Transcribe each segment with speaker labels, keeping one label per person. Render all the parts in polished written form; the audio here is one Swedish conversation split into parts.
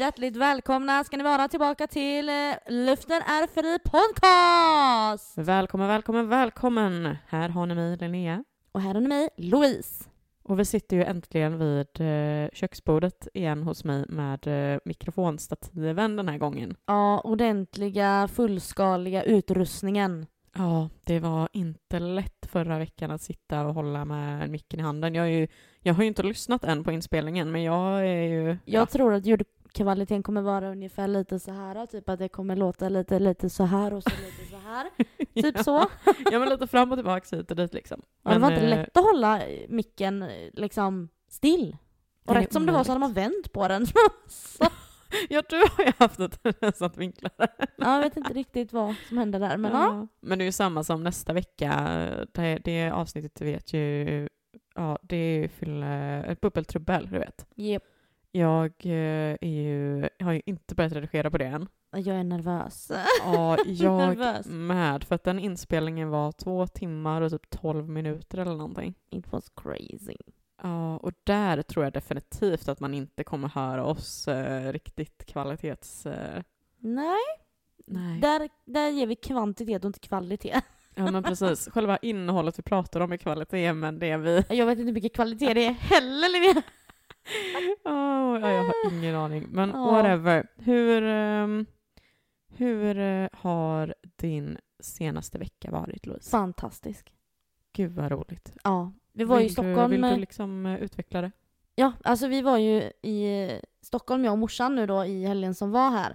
Speaker 1: Hjärtligt välkomna ska ni vara tillbaka till Luften är fri podcast!
Speaker 2: Välkommen. Här har ni mig, Linnea.
Speaker 1: Och här har ni mig, Louise.
Speaker 2: Och vi sitter ju äntligen vid köksbordet igen hos mig med mikrofonstativen den här gången.
Speaker 1: Ja, ordentliga, fullskaliga utrustningen.
Speaker 2: Ja, det var inte lätt förra veckan att sitta och hålla med micken i handen. Jag har ju inte lyssnat än på inspelningen, men jag är ju...
Speaker 1: Jag tror att ljudkvaliteten kommer vara ungefär lite så här, typ att det kommer låta lite så här och så lite så här. Typ så.
Speaker 2: Ja, men lite fram och tillbaka hit och dit liksom.
Speaker 1: Men, det var inte lätt att hålla micken liksom still. Och rätt som det var så hade man vänt på den. Så.
Speaker 2: Ja, du har ju haft ett tendens att vinkla den.
Speaker 1: Ja, jag vet inte riktigt vad som hände där. Men, ja.
Speaker 2: Men det är ju samma som nästa vecka. Det avsnittet vet ju... Ja, det är ju ett bubbeltrubbel, du vet.
Speaker 1: Yep.
Speaker 2: Jag har ju inte börjat redigera på det än.
Speaker 1: Jag är nervös.
Speaker 2: Ja, jag
Speaker 1: nervös.
Speaker 2: med. För att den inspelningen var 2 timmar och typ 12 minuter eller någonting.
Speaker 1: It was crazy.
Speaker 2: Ja, och där tror jag definitivt att man inte kommer höra oss riktigt kvalitets...
Speaker 1: Nej. Där ger vi kvantitet och inte kvalitet.
Speaker 2: Ja, men precis. Själva innehållet vi pratar om är kvalitet, men det vi...
Speaker 1: Jag vet inte hur mycket kvalitet det är heller, Linnea.
Speaker 2: Jag har ingen aning. Men whatever. Hur har din senaste vecka varit, Louise?
Speaker 1: Fantastisk.
Speaker 2: Gud vad roligt.
Speaker 1: Ja, vi var ju i Stockholm.
Speaker 2: Vill du liksom utveckla det?
Speaker 1: Ja, alltså vi var ju i Stockholm, jag och morsan nu då, i helgen som var här.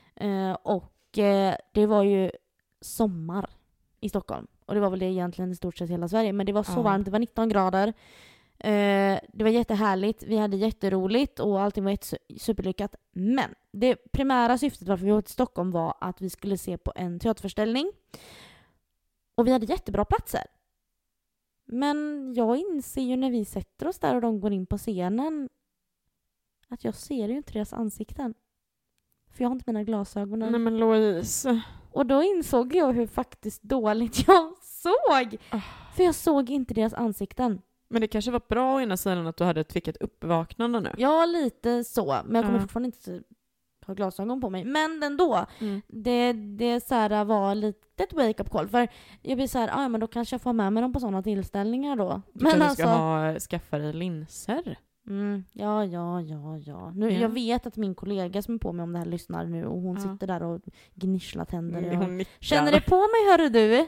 Speaker 1: Det var ju sommar i Stockholm. Och det var väl det egentligen i stort sett hela Sverige. Men det var så varmt, det var 19 grader. Det var jättehärligt, vi hade jätteroligt och allting var superlyckat. Men det primära syftet varför vi åkte till Stockholm var att vi skulle se på en teaterförställning. Och vi hade jättebra platser. Men jag inser ju när vi sätter oss där och de går in på scenen att jag ser ju inte deras ansikten. För jag har inte mina glasögon.
Speaker 2: Nej men Louise.
Speaker 1: Och då insåg jag hur faktiskt dåligt jag såg. För jag såg inte deras ansikten.
Speaker 2: Men det kanske var bra å ena sidan att du hade fick ett uppvaknande nu.
Speaker 1: Ja, lite så. Men jag kommer fortfarande inte ha glasögon på mig. Men ändå. Det så här var lite ett wake-up call. För jag blir så här, men då kanske jag får med mig dem på sådana tillställningar då.
Speaker 2: Du kanske ska skaffa dig linser.
Speaker 1: Ja. Nu, jag vet att min kollega som är på mig om det här lyssnar nu. Och hon sitter där och gnisslar tänder.
Speaker 2: Hon
Speaker 1: känner det på mig, hörru du.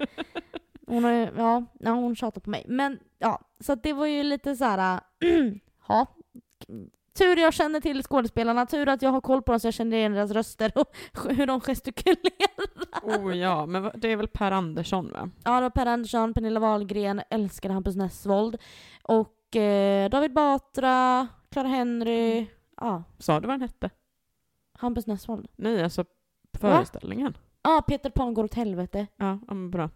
Speaker 1: Hon tjatar på mig. Men ja, så det var ju lite så här. Tur jag känner till skådespelarna. Tur att jag har koll på dem så jag känner igen deras röster och hur de gestikulerar.
Speaker 2: Men det är väl Per Andersson, va?
Speaker 1: Ja, det var Per Andersson, Pernilla Wahlgren, älskade Hampus Nessvold. Och David Batra, Clara Henry. Ja.
Speaker 2: Sa du vad den hette?
Speaker 1: Hampus Nessvold.
Speaker 2: Nej, alltså föreställningen.
Speaker 1: Ja, Peter Pan går åt helvete.
Speaker 2: Ja, bra.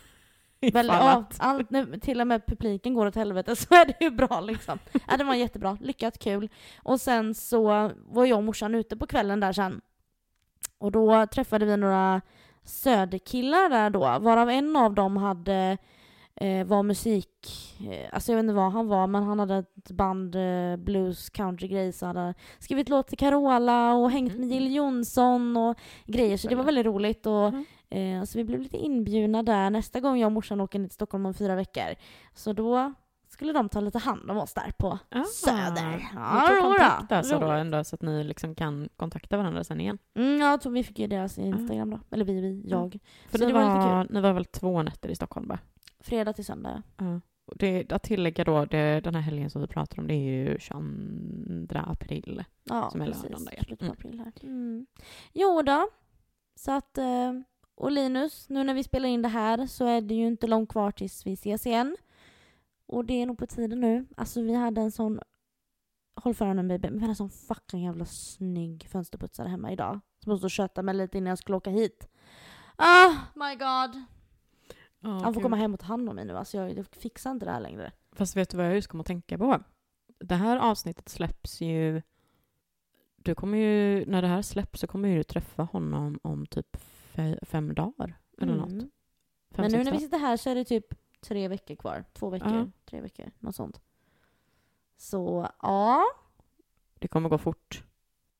Speaker 1: Allt nu, till och med publiken går åt helvete, så är det ju bra liksom. Det var jättebra, lyckat, kul. Och sen så var jag och morsan ute på kvällen där sen. Och då träffade vi några söderkillar där då, varav en av dem var musik, alltså jag vet inte vad han var, men han hade ett band, blues, country grejer, så hade skrivit låt till Carola och hängt med Jill Johnson och grejer, så det var väldigt roligt. Och så vi blev lite inbjudna där nästa gång jag och morsan åker ner till Stockholm om 4 veckor. Så då skulle de ta lite hand om oss där på Söder.
Speaker 2: Ändå, så att ni liksom kan kontakta varandra sen igen.
Speaker 1: Jag tror vi fick ju deras Instagram då. Eller jag.
Speaker 2: För
Speaker 1: så det var lite kul.
Speaker 2: Ni var väl 2 nätter i Stockholm, va?
Speaker 1: Fredag till söndag.
Speaker 2: Det, att tillägga då, den här helgen som vi pratar om, det är ju 22 april.
Speaker 1: Ja,
Speaker 2: som är
Speaker 1: precis.
Speaker 2: lördagen där.
Speaker 1: Slutet av april här. Jo då. Så att... Och Linus, nu när vi spelar in det här så är det ju inte långt kvar tills vi ses igen. Och det är nog på tiden nu. Alltså vi hade en sån... Håll för öronen, baby. Vi hade en sån fucking jävla snygg fönsterputsare hemma idag. Som måste köta mig lite innan jag skulle åka hit. My god. Han får komma hem och ta hand om mig nu. Alltså jag fixar inte det här längre.
Speaker 2: Fast vet du vad jag just kommer att tänka på? Det här avsnittet släpps ju... Du kommer ju... När det här släpps så kommer du träffa honom om typ 5 dagar. Eller något. 5,
Speaker 1: men nu när vi sitter här så är det typ 3 veckor kvar. 2 veckor. 3 veckor. Något sånt. Så, ja.
Speaker 2: Det kommer gå fort.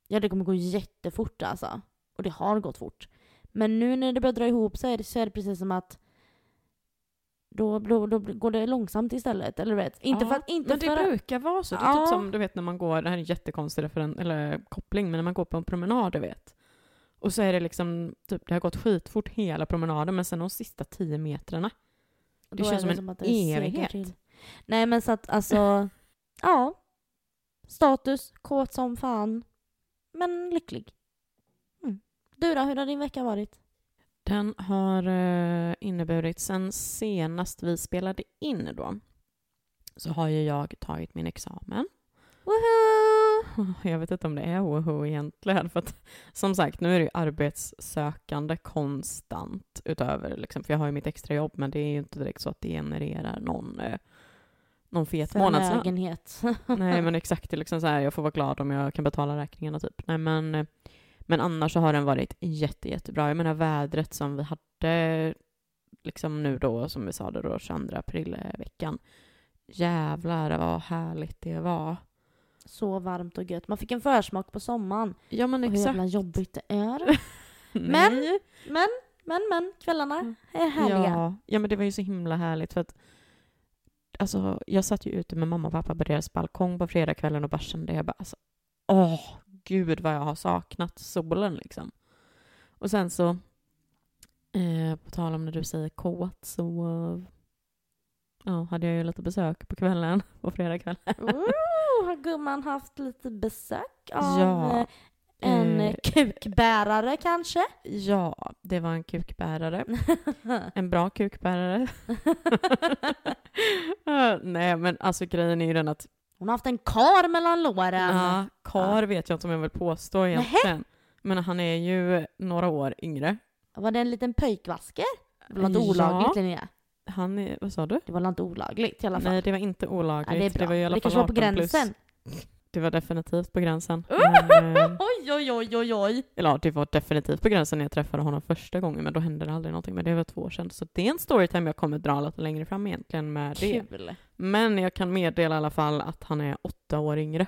Speaker 1: Ja, det kommer gå jättefort alltså. Och det har gått fort. Men nu när det börjar dra ihop sig så är det precis som att då går det långsamt istället. Eller vet? Inte för att...
Speaker 2: men det brukar vara så. Det är typ som, du vet, när man går... Det här är en jättekonstig koppling, men när man går på en promenad, du vet. Och så är det liksom... Typ, det har gått skitfort hela promenaden, men sen de sista 10 metrarna. Det känns som en evighet.
Speaker 1: Nej, men så att alltså... ja. Status, kåt som fan. Men lycklig. Du då, hur har din vecka varit?
Speaker 2: Den har inneburit, sen senast vi spelade in då, så har ju jag tagit min examen.
Speaker 1: Woohoo!
Speaker 2: Jag vet inte om det är woohoo egentligen, för att som sagt, nu är det ju arbetssökande konstant utöver, liksom, för jag har ju mitt extra jobb, men det är ju inte direkt så att det genererar någon fet månadslön. Nej, men exakt, liksom så här, jag får vara glad om jag kan betala räkningarna typ. Nej, men annars så har den varit jättebra. Jag menar vädret som vi hade liksom nu då, som vi sa det då, 22 april-veckan. Jävlar vad härligt det var.
Speaker 1: Så varmt och gött. Man fick en försmak på sommaren.
Speaker 2: Ja, men exakt.
Speaker 1: Och hur jävla jobbigt det är. men kvällarna är härliga.
Speaker 2: Ja, men det var ju så himla härligt för att alltså, jag satt ju ute med mamma och pappa på deras balkong på fredagskvällen och bara kände jag bara alltså, gud vad jag har saknat solen liksom. Och sen så på tal om när du säger kåt så hade jag ju lite besök på kvällen, på fredagskvällen.
Speaker 1: Har gumman haft lite besök av en kukbärare kanske?
Speaker 2: Ja, det var en kukbärare. En bra kukbärare. Nej, men alltså grejen är ju den att
Speaker 1: hon har haft en kar mellan låren.
Speaker 2: Ja, kar vet jag inte om jag vill påstå egentligen. Men han är ju några år yngre.
Speaker 1: Var det en liten pöjkvasker? Det var inte olagligt, Linnea.
Speaker 2: Vad sa du?
Speaker 1: Det var inte olagligt i alla fall.
Speaker 2: Nej, det var inte olagligt.
Speaker 1: Ja, det är bra.
Speaker 2: Det var i alla
Speaker 1: det
Speaker 2: fall
Speaker 1: kanske var på gränsen.
Speaker 2: Det var definitivt på gränsen.
Speaker 1: Oj.
Speaker 2: Eller det var definitivt på gränsen när jag träffade honom första gången, men då hände det aldrig någonting. Men det var 2 år sedan. Så det är en storytime jag kommer dra lite längre fram egentligen med det.
Speaker 1: Kul.
Speaker 2: Men jag kan meddela i alla fall att han är 8 år yngre.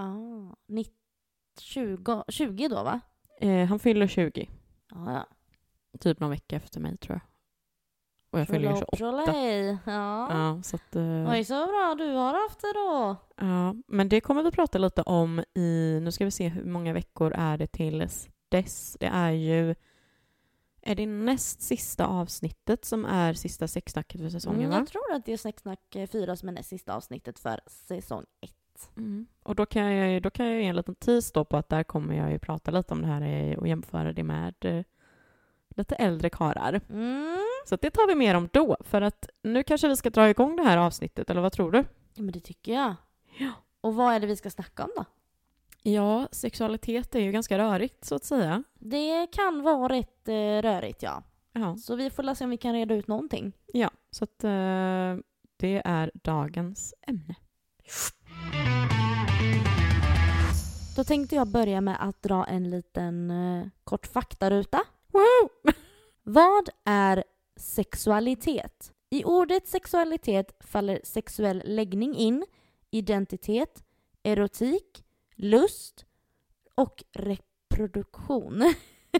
Speaker 1: 20 då, va?
Speaker 2: Han fyller 20.
Speaker 1: Ja.
Speaker 2: Typ någon vecka efter mig, tror jag. Och jag fyller 28. Ja, så att,
Speaker 1: oj, så bra du har haft det då.
Speaker 2: Ja, men det kommer vi prata lite om i... Nu ska vi se hur många veckor är det till dess. Det är ju... Är det näst sista avsnittet som är sista sexsnacket för säsongen, va?
Speaker 1: Jag tror att det är sexsnack 4 som är näst sista avsnittet för säsong 1.
Speaker 2: Och då kan jag ge en liten tease då på att där kommer jag ju prata lite om det här och jämföra det med lite äldre karar. Så det tar vi mer om då, för att nu kanske vi ska dra igång det här avsnittet, eller vad tror du?
Speaker 1: Ja, men det tycker jag.
Speaker 2: Ja.
Speaker 1: Och vad är det vi ska snacka om då?
Speaker 2: Ja, sexualitet är ju ganska rörigt så att säga.
Speaker 1: Det kan vara rätt rörigt, ja.
Speaker 2: Ja.
Speaker 1: Så vi får se om vi kan reda ut någonting.
Speaker 2: Ja, så att det är dagens ämne.
Speaker 1: Då tänkte jag börja med att dra en liten kort faktaruta.
Speaker 2: Wow!
Speaker 1: Vad är sexualitet? I ordet sexualitet faller sexuell läggning in, identitet, erotik, lust och reproduktion.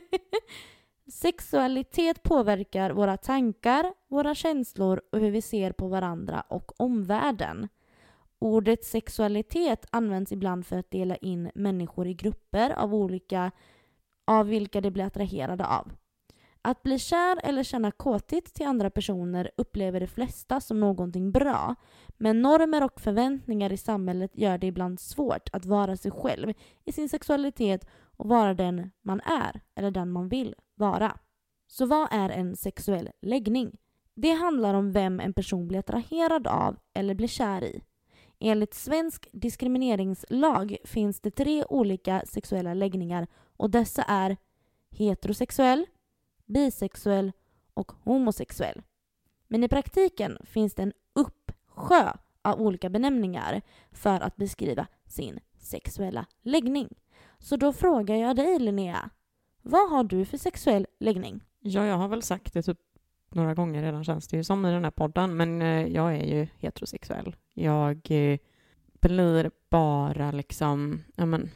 Speaker 1: Sexualitet påverkar våra tankar, våra känslor och hur vi ser på varandra och omvärlden. Ordet sexualitet används ibland för att dela in människor i grupper av vilka de blir attraherade av. Att bli kär eller känna kåthet till andra personer upplever de flesta som någonting bra, men normer och förväntningar i samhället gör det ibland svårt att vara sig själv i sin sexualitet och vara den man är eller den man vill vara. Så vad är en sexuell läggning? Det handlar om vem en person blir attraherad av eller blir kär i. Enligt svensk diskrimineringslag finns det 3 olika sexuella läggningar och dessa är heterosexuell, bisexuell och homosexuell. Men i praktiken finns det en uppsjö av olika benämningar för att beskriva sin sexuella läggning. Så då frågar jag dig, Linnea, vad har du för sexuell läggning?
Speaker 2: Ja, jag har väl sagt det typ några gånger redan, känns det ju som i den här podden, men jag är ju heterosexuell. Jag blir bara liksom,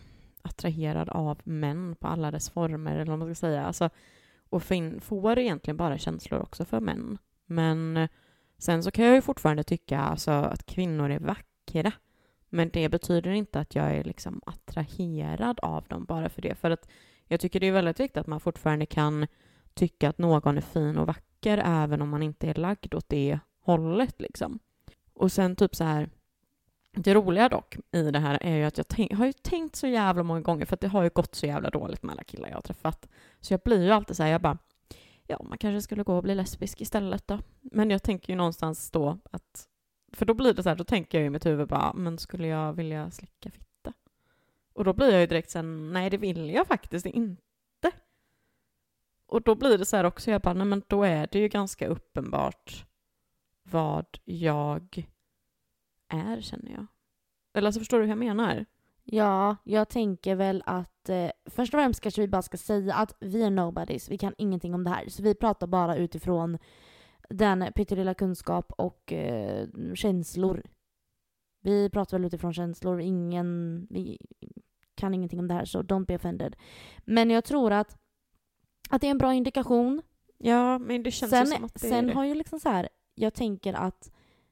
Speaker 2: attraherad av män på alla dess former, eller vad man ska säga. Alltså, och får egentligen bara känslor också för män. Men sen så kan jag ju fortfarande tycka alltså, att kvinnor är vackra. Men det betyder inte att jag är liksom attraherad av dem bara för det. För att jag tycker det är väldigt viktigt att man fortfarande kan tycka att någon är fin och vacker även om man inte är lagd åt det hållet liksom. Och sen typ så här, det roliga dock i det här är ju att jag har ju tänkt så jävla många gånger, för att det har ju gått så jävla dåligt med alla killar jag har träffat. Så jag blir ju alltid så här, jag bara, ja, man kanske skulle gå och bli lesbisk istället då. Men jag tänker ju någonstans då att, för då blir det så här, då tänker jag i mitt huvud bara, men skulle jag vilja slicka fitta? Och då blir jag ju direkt sen, nej det vill jag faktiskt inte. Och då blir det så här också, jag bara, nej men då är det ju ganska uppenbart vad jag är, känner jag. Eller alltså, förstår du hur jag menar?
Speaker 1: Ja, jag tänker väl att först och främst kanske vi bara ska säga att vi är nobodies. Vi kan ingenting om det här. Så vi pratar bara utifrån den pyttelilla kunskap och känslor. Vi pratar väl utifrån känslor. Vi kan ingenting om det här, så don't be offended. Men jag tror att det är en bra indikation.
Speaker 2: Ja, men det känns
Speaker 1: sen,
Speaker 2: som att det
Speaker 1: sen
Speaker 2: är det.
Speaker 1: har ju liksom så här, jag tänker att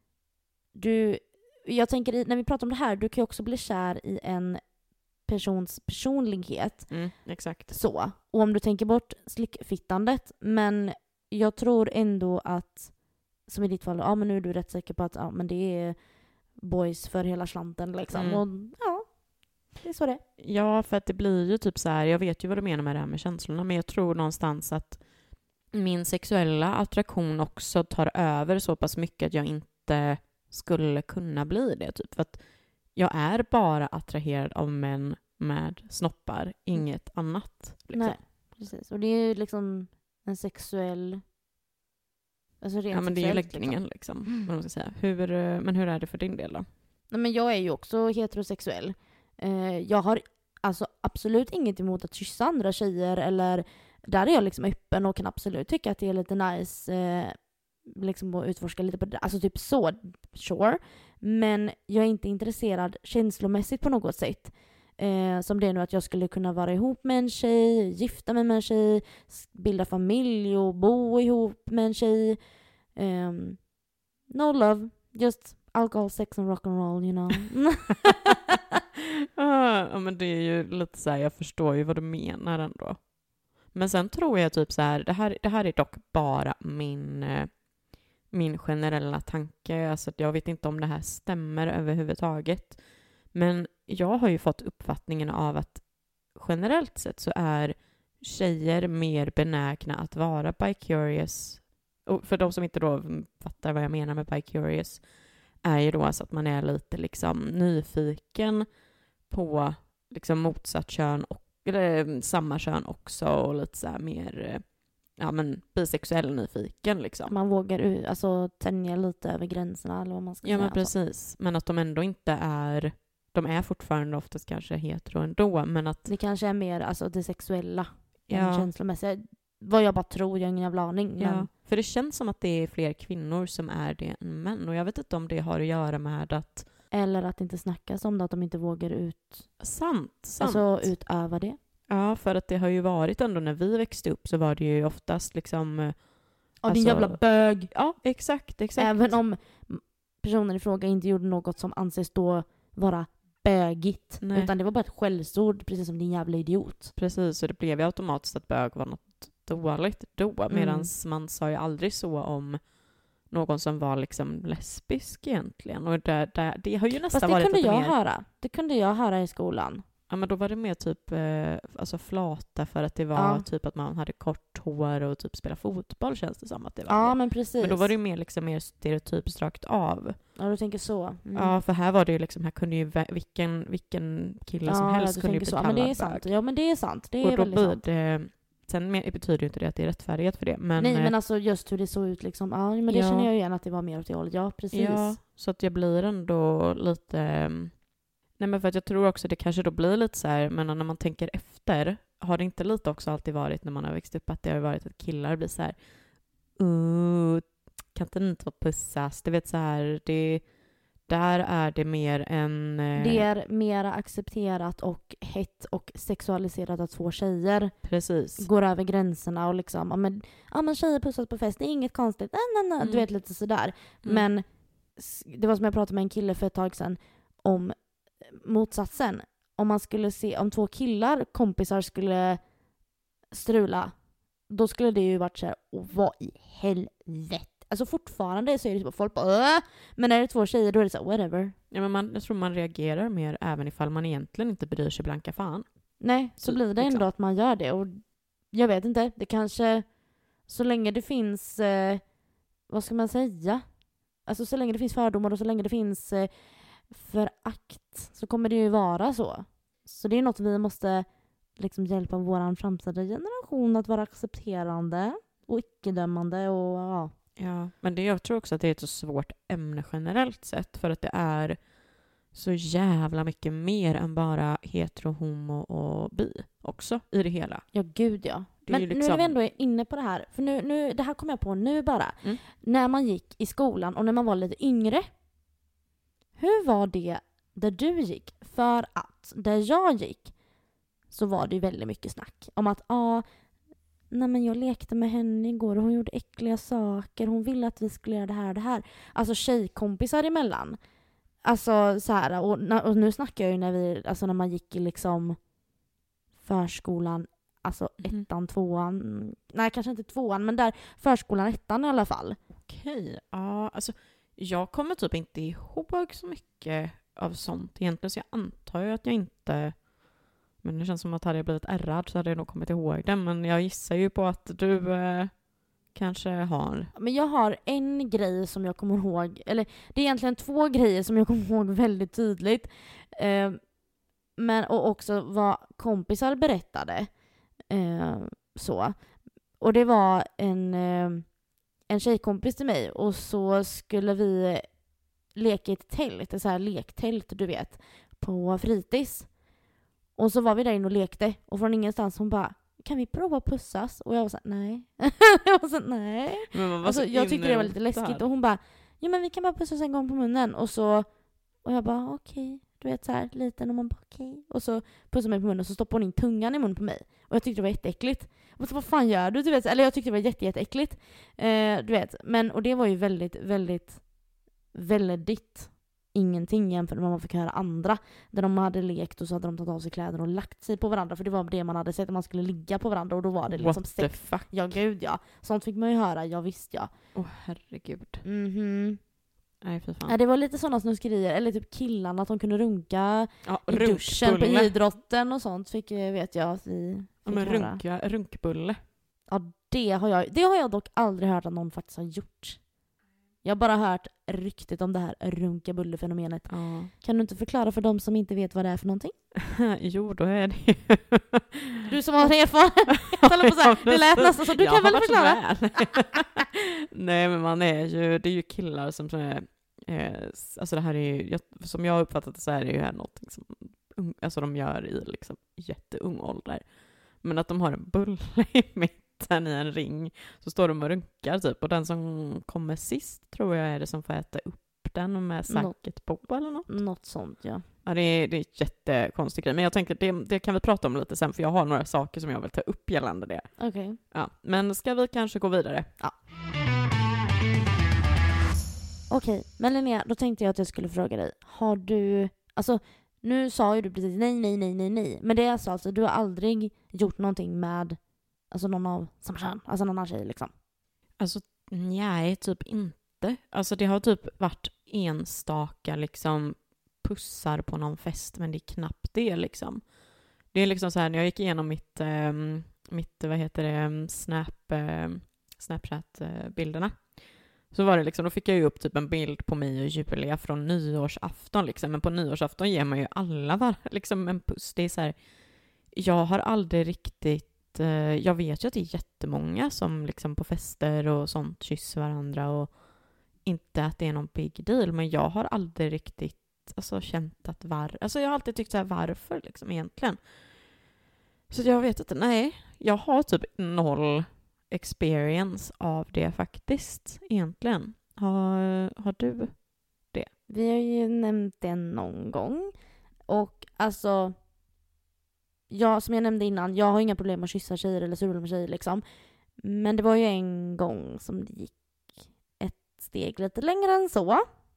Speaker 1: när vi pratar om det här, du kan ju också bli kär i en persons personlighet.
Speaker 2: Exakt.
Speaker 1: Så. Och om du tänker bort slickfittandet, men jag tror ändå att, som i ditt fall, ja men nu är du rätt säker på att ja, men det är boys för hela slanten liksom. Och ja, det är så det.
Speaker 2: Ja, för att det blir ju typ så här, jag vet ju vad du menar med det här med känslorna, men jag tror någonstans att min sexuella attraktion också tar över så pass mycket att jag inte skulle kunna bli det typ. För att jag är bara attraherad av män med snoppar, inget annat. Liksom.
Speaker 1: Nej, precis. Och det är ju liksom en sexuell, alltså rent
Speaker 2: ja, men det är ju
Speaker 1: sexuellt,
Speaker 2: läggningen liksom. Vad man ska säga. Men hur är det för din del då?
Speaker 1: Nej, men jag är ju också heterosexuell. Jag har alltså absolut inget emot att kyssa andra tjejer, eller där är jag liksom öppen och kan absolut tycka att det är lite nice liksom att utforska lite på det. Alltså typ så, sure. Men jag är inte intresserad känslomässigt på något sätt. Som det är nu att jag skulle kunna vara ihop med en tjej, gifta mig med en tjej, bilda familj och bo ihop med en tjej. No love, just alcohol, sex and rock and roll, you know.
Speaker 2: Ja, men det är ju lite så här, jag förstår ju vad du menar ändå. Men sen tror jag typ så här, det här är dock bara min generella tanke. Alltså jag vet inte om det här stämmer överhuvudtaget. Men jag har ju fått uppfattningen av att generellt sett så är tjejer mer benägna att vara bi-curious. Och för de som inte då fattar vad jag menar med bi-curious är ju då alltså att man är lite liksom nyfiken på liksom motsatt kön eller samma kön också, och lite så här mer bisexuell nyfiken liksom.
Speaker 1: Man vågar alltså tänja lite över gränserna eller vad man ska säga.
Speaker 2: Ja, men precis. Men att de ändå inte är, de är fortfarande oftast kanske hetero ändå, men att
Speaker 1: det kanske är mer alltså det sexuella än känslomässiga. Vad jag bara tror, jag har ingen jävla aning. Men...
Speaker 2: Ja, för det känns som att det är fler kvinnor som är det än män, och jag vet inte om det har att göra med att
Speaker 1: eller att det inte snackas om det, att de inte vågar
Speaker 2: Sant.
Speaker 1: Alltså utöva det.
Speaker 2: Ja, för att det har ju varit ändå när vi växte upp så var det ju oftast liksom
Speaker 1: din jävla bög.
Speaker 2: Ja, exakt.
Speaker 1: Även om personen i fråga inte gjorde något som anses då vara bögigt.
Speaker 2: Nej.
Speaker 1: Utan det var bara ett skällsord, precis som din jävla idiot.
Speaker 2: Precis, så det blev ju automatiskt att bög var något dåligt då. Medan man sa ju aldrig så om någon som var liksom lesbisk egentligen. Och det har ju nästan varit
Speaker 1: kunde jag höra. Det kunde jag höra i skolan.
Speaker 2: Ja, men då var det mer typ alltså flata, för att det var typ att man hade kort hår och typ spela fotboll, känns det som att det var.
Speaker 1: Ja,
Speaker 2: det.
Speaker 1: men precis.
Speaker 2: Men då var det ju mer stereotypiskt rakt av.
Speaker 1: Ja, du tänker så.
Speaker 2: Ja, för här var det ju liksom, här kunde ju vilken kille som helst kunde ju bli kallad
Speaker 1: men det är sant. Ja, men det är sant. Det är väldigt sant.
Speaker 2: Sen betyder ju inte det att det är rättfärdighet för det. Men,
Speaker 1: nej, men alltså just hur det såg ut liksom. Ja, men det känner jag igen att det var mer åt det hållet. Ja, precis.
Speaker 2: Ja, så att jag blir ändå lite... Nej, men för att jag tror också det kanske då blir lite så här, men när man tänker efter, har det inte lite också alltid varit när man har växt upp att det har varit att killar blir så här, kan inte få pussas? Du vet så här, det där är det mer en...
Speaker 1: Det är mer accepterat och hett och sexualiserat att två tjejer
Speaker 2: Precis.
Speaker 1: går över gränserna och liksom, men tjejer pussas på fest, det är inget konstigt. Du vet, lite sådär. Men det var som jag pratade med en kille för ett tag sedan om motsatsen. Om man skulle se, om två kompisar skulle strula, då skulle det ju varit så här, och vad i helvete. Alltså fortfarande så är det typ folk bara men när det är två tjejer då är det så här, whatever.
Speaker 2: Ja, men jag tror man reagerar mer även ifall man egentligen inte bryr sig blanka fan.
Speaker 1: Nej, så blir det ändå att man gör det. Och jag vet inte, det kanske så länge det finns vad ska man säga? Alltså så länge det finns fördomar och så länge det finns förakt så kommer det ju vara så. Så det är något vi måste liksom hjälpa våran framtida generation att vara accepterande och icke-dömande och ja.
Speaker 2: Ja, men jag tror också att det är ett så svårt ämne generellt sett för att det är så jävla mycket mer än bara hetero, homo och bi också i det hela.
Speaker 1: Ja, gud ja. Men nu är vi ändå inne på det här. För nu det här kommer jag på nu bara. När man gick i skolan och när man var lite yngre. Hur var det där du gick? För att där jag gick så var det ju väldigt mycket snack om att nej men jag lekte med henne igår och hon gjorde äckliga saker. Hon ville att vi skulle göra det här och det här. Alltså tjejkompisar emellan. Alltså så här, och nu snackar jag ju när man gick i liksom förskolan, alltså ettan, tvåan. Nej, kanske inte tvåan, men där förskolan, ettan i alla fall.
Speaker 2: Okej, ja, alltså jag kommer typ inte ihåg så mycket av sånt egentligen, så jag antar ju att jag inte... Men det känns som att hade jag blivit ärrad så hade jag nog kommit ihåg det. Men jag gissar ju på att du kanske har...
Speaker 1: Men jag har en grej som jag kommer ihåg. Eller det är egentligen två grejer som jag kommer ihåg väldigt tydligt. Men och också vad kompisar berättade. Så. Och det var en tjejkompis till mig. Och så skulle vi leka i ett tält. Ett så här lektält, du vet. På fritids. Och så var vi där inne och lekte. Och från ingenstans hon bara, kan vi prova att pussas? Och jag var så här, nej. Nej. Alltså, jag tyckte det var lite läskigt. Och hon bara, ja men vi kan bara pussas en gång på munnen. Och jag bara, okej. Du vet så här, liten och man bara, okej. Och så pussade mig på munnen och så stoppade hon in tungan i munnen på mig. Och jag tyckte det var jätteäckligt. Och så, vad fan gör du? Vet, eller jag tyckte det var jätteäckligt. Du vet. Men, och det var ju väldigt, väldigt, väldigt ingenting jämfört med vad man fick höra andra. Där de hade lekt och så hade de tagit av sig kläder och lagt sig på varandra. För det var det man hade sett, att man skulle ligga på varandra. Och då var det liksom
Speaker 2: sex. What the fuck?
Speaker 1: Ja, gud ja. Sånt fick man ju höra, ja visst ja.
Speaker 2: Herregud.
Speaker 1: Nej,
Speaker 2: för fan.
Speaker 1: Ja, det var lite sådana snuskerier. Eller typ killarna, att de kunde runka i duschen på idrotten och sånt. Vet jag att vi fick höra.
Speaker 2: Runkbulle.
Speaker 1: Ja, det har jag dock aldrig hört att någon faktiskt har gjort. Jag har bara hört ryktet om det här runkabulle-fenomenet.
Speaker 2: Ja.
Speaker 1: Kan du inte förklara för dem som inte vet vad det är för någonting?
Speaker 2: Jo, då är det ju...
Speaker 1: Du som har erfarenhet. Det lät nästan så. Du kan väl förklara?
Speaker 2: Nej, men det är ju killar som är... alltså det här är ju... Som jag har uppfattat det så är det ju här någonting som alltså de gör i liksom jätteung ålder. Men att de har en bulle i mitten i en ring, så står de och runkar typ, och den som kommer sist tror jag är det som får äta upp den med sacket på eller något.
Speaker 1: Något sånt, ja.
Speaker 2: Ja, det är ett jättekonstigt grej. Men jag tänker det kan vi prata om lite sen, för jag har några saker som jag vill ta upp gällande det.
Speaker 1: Okej.
Speaker 2: Ja, men ska vi kanske gå vidare?
Speaker 1: Ja. Okej, men Linnea, då tänkte jag att jag skulle fråga dig. Har du, alltså nu sa ju du precis nej. Men det är alltså du har aldrig gjort någonting med alltså någon av samma kön, alltså någon annan tjej liksom?
Speaker 2: Alltså nej, typ inte. Alltså det har typ varit enstaka liksom pussar på någon fest, men det är knappt det liksom. Det är liksom så här, när jag gick igenom mitt Snapchat-bilderna, så var det liksom, då fick jag ju upp typ en bild på mig och Julia från nyårsafton liksom. Men på nyårsafton ger man ju alla liksom en puss. Det är så här, jag har aldrig riktigt, jag vet ju att det är jättemånga som liksom på fester och sånt kysser varandra, och inte att det är någon big deal, men jag har aldrig riktigt alltså känt att alltså jag har alltid tyckt så här, varför liksom egentligen. Så jag vet inte, nej, jag har typ 0 experience av det faktiskt egentligen. Har du det?
Speaker 1: Vi har ju nämnt det någon gång. Och alltså, som jag nämnde innan, jag har inga problem med att kyssa tjejer eller surra med tjejer liksom. Men det var ju en gång som det gick ett steg lite längre än så.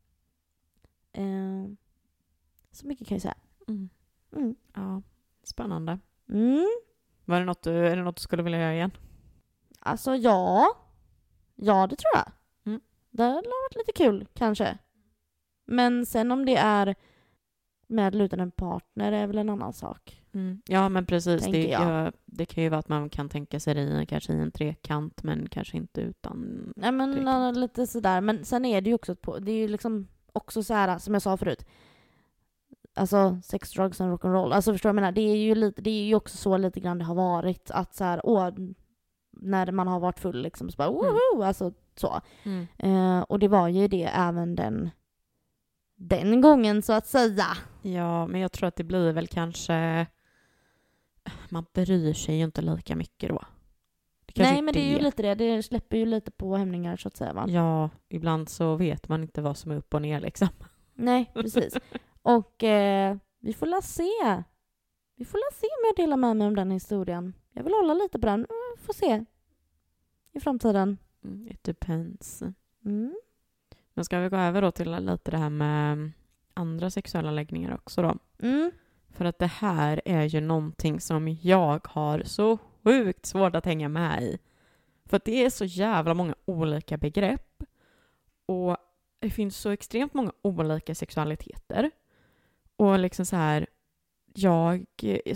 Speaker 1: Så mycket kan jag säga.
Speaker 2: Ja, spännande.
Speaker 1: Är
Speaker 2: det något du skulle vilja göra igen?
Speaker 1: Alltså ja, det tror jag. Det har varit lite kul kanske. Men sen om det är med eller utan en partner är väl en annan sak.
Speaker 2: Ja, men precis.
Speaker 1: Det
Speaker 2: kan ju vara att man kan tänka sig det kanske i en trekant, men kanske inte utan trekant.
Speaker 1: Lite sådär. Men sen är det ju också det är ju liksom också så här som jag sa förut. Alltså sex, drugs and rock'n'roll. Alltså förstår jag menar, det är ju också så lite grann det har varit att så här, när man har varit full liksom så bara woho, alltså så. Och det var ju det även den gången så att säga.
Speaker 2: Ja, men jag tror att det blir väl kanske man bryr sig ju inte lika mycket då.
Speaker 1: Nej, men det är ju lite det. Det släpper ju lite på hämningar så att säga, va?
Speaker 2: Ja, ibland så vet man inte vad som är upp och ner liksom.
Speaker 1: Nej, precis. Och vi får la se. Vi får la se om jag delar med mig om den historien. Jag vill hålla lite på den. Får se. I framtiden.
Speaker 2: It depends. Men ska vi gå över då till lite det här med andra sexuella läggningar också då? För att det här är ju någonting som jag har så sjukt svårt att hänga med i. För att det är så jävla många olika begrepp. Och det finns så extremt många olika sexualiteter. Och liksom så här, jag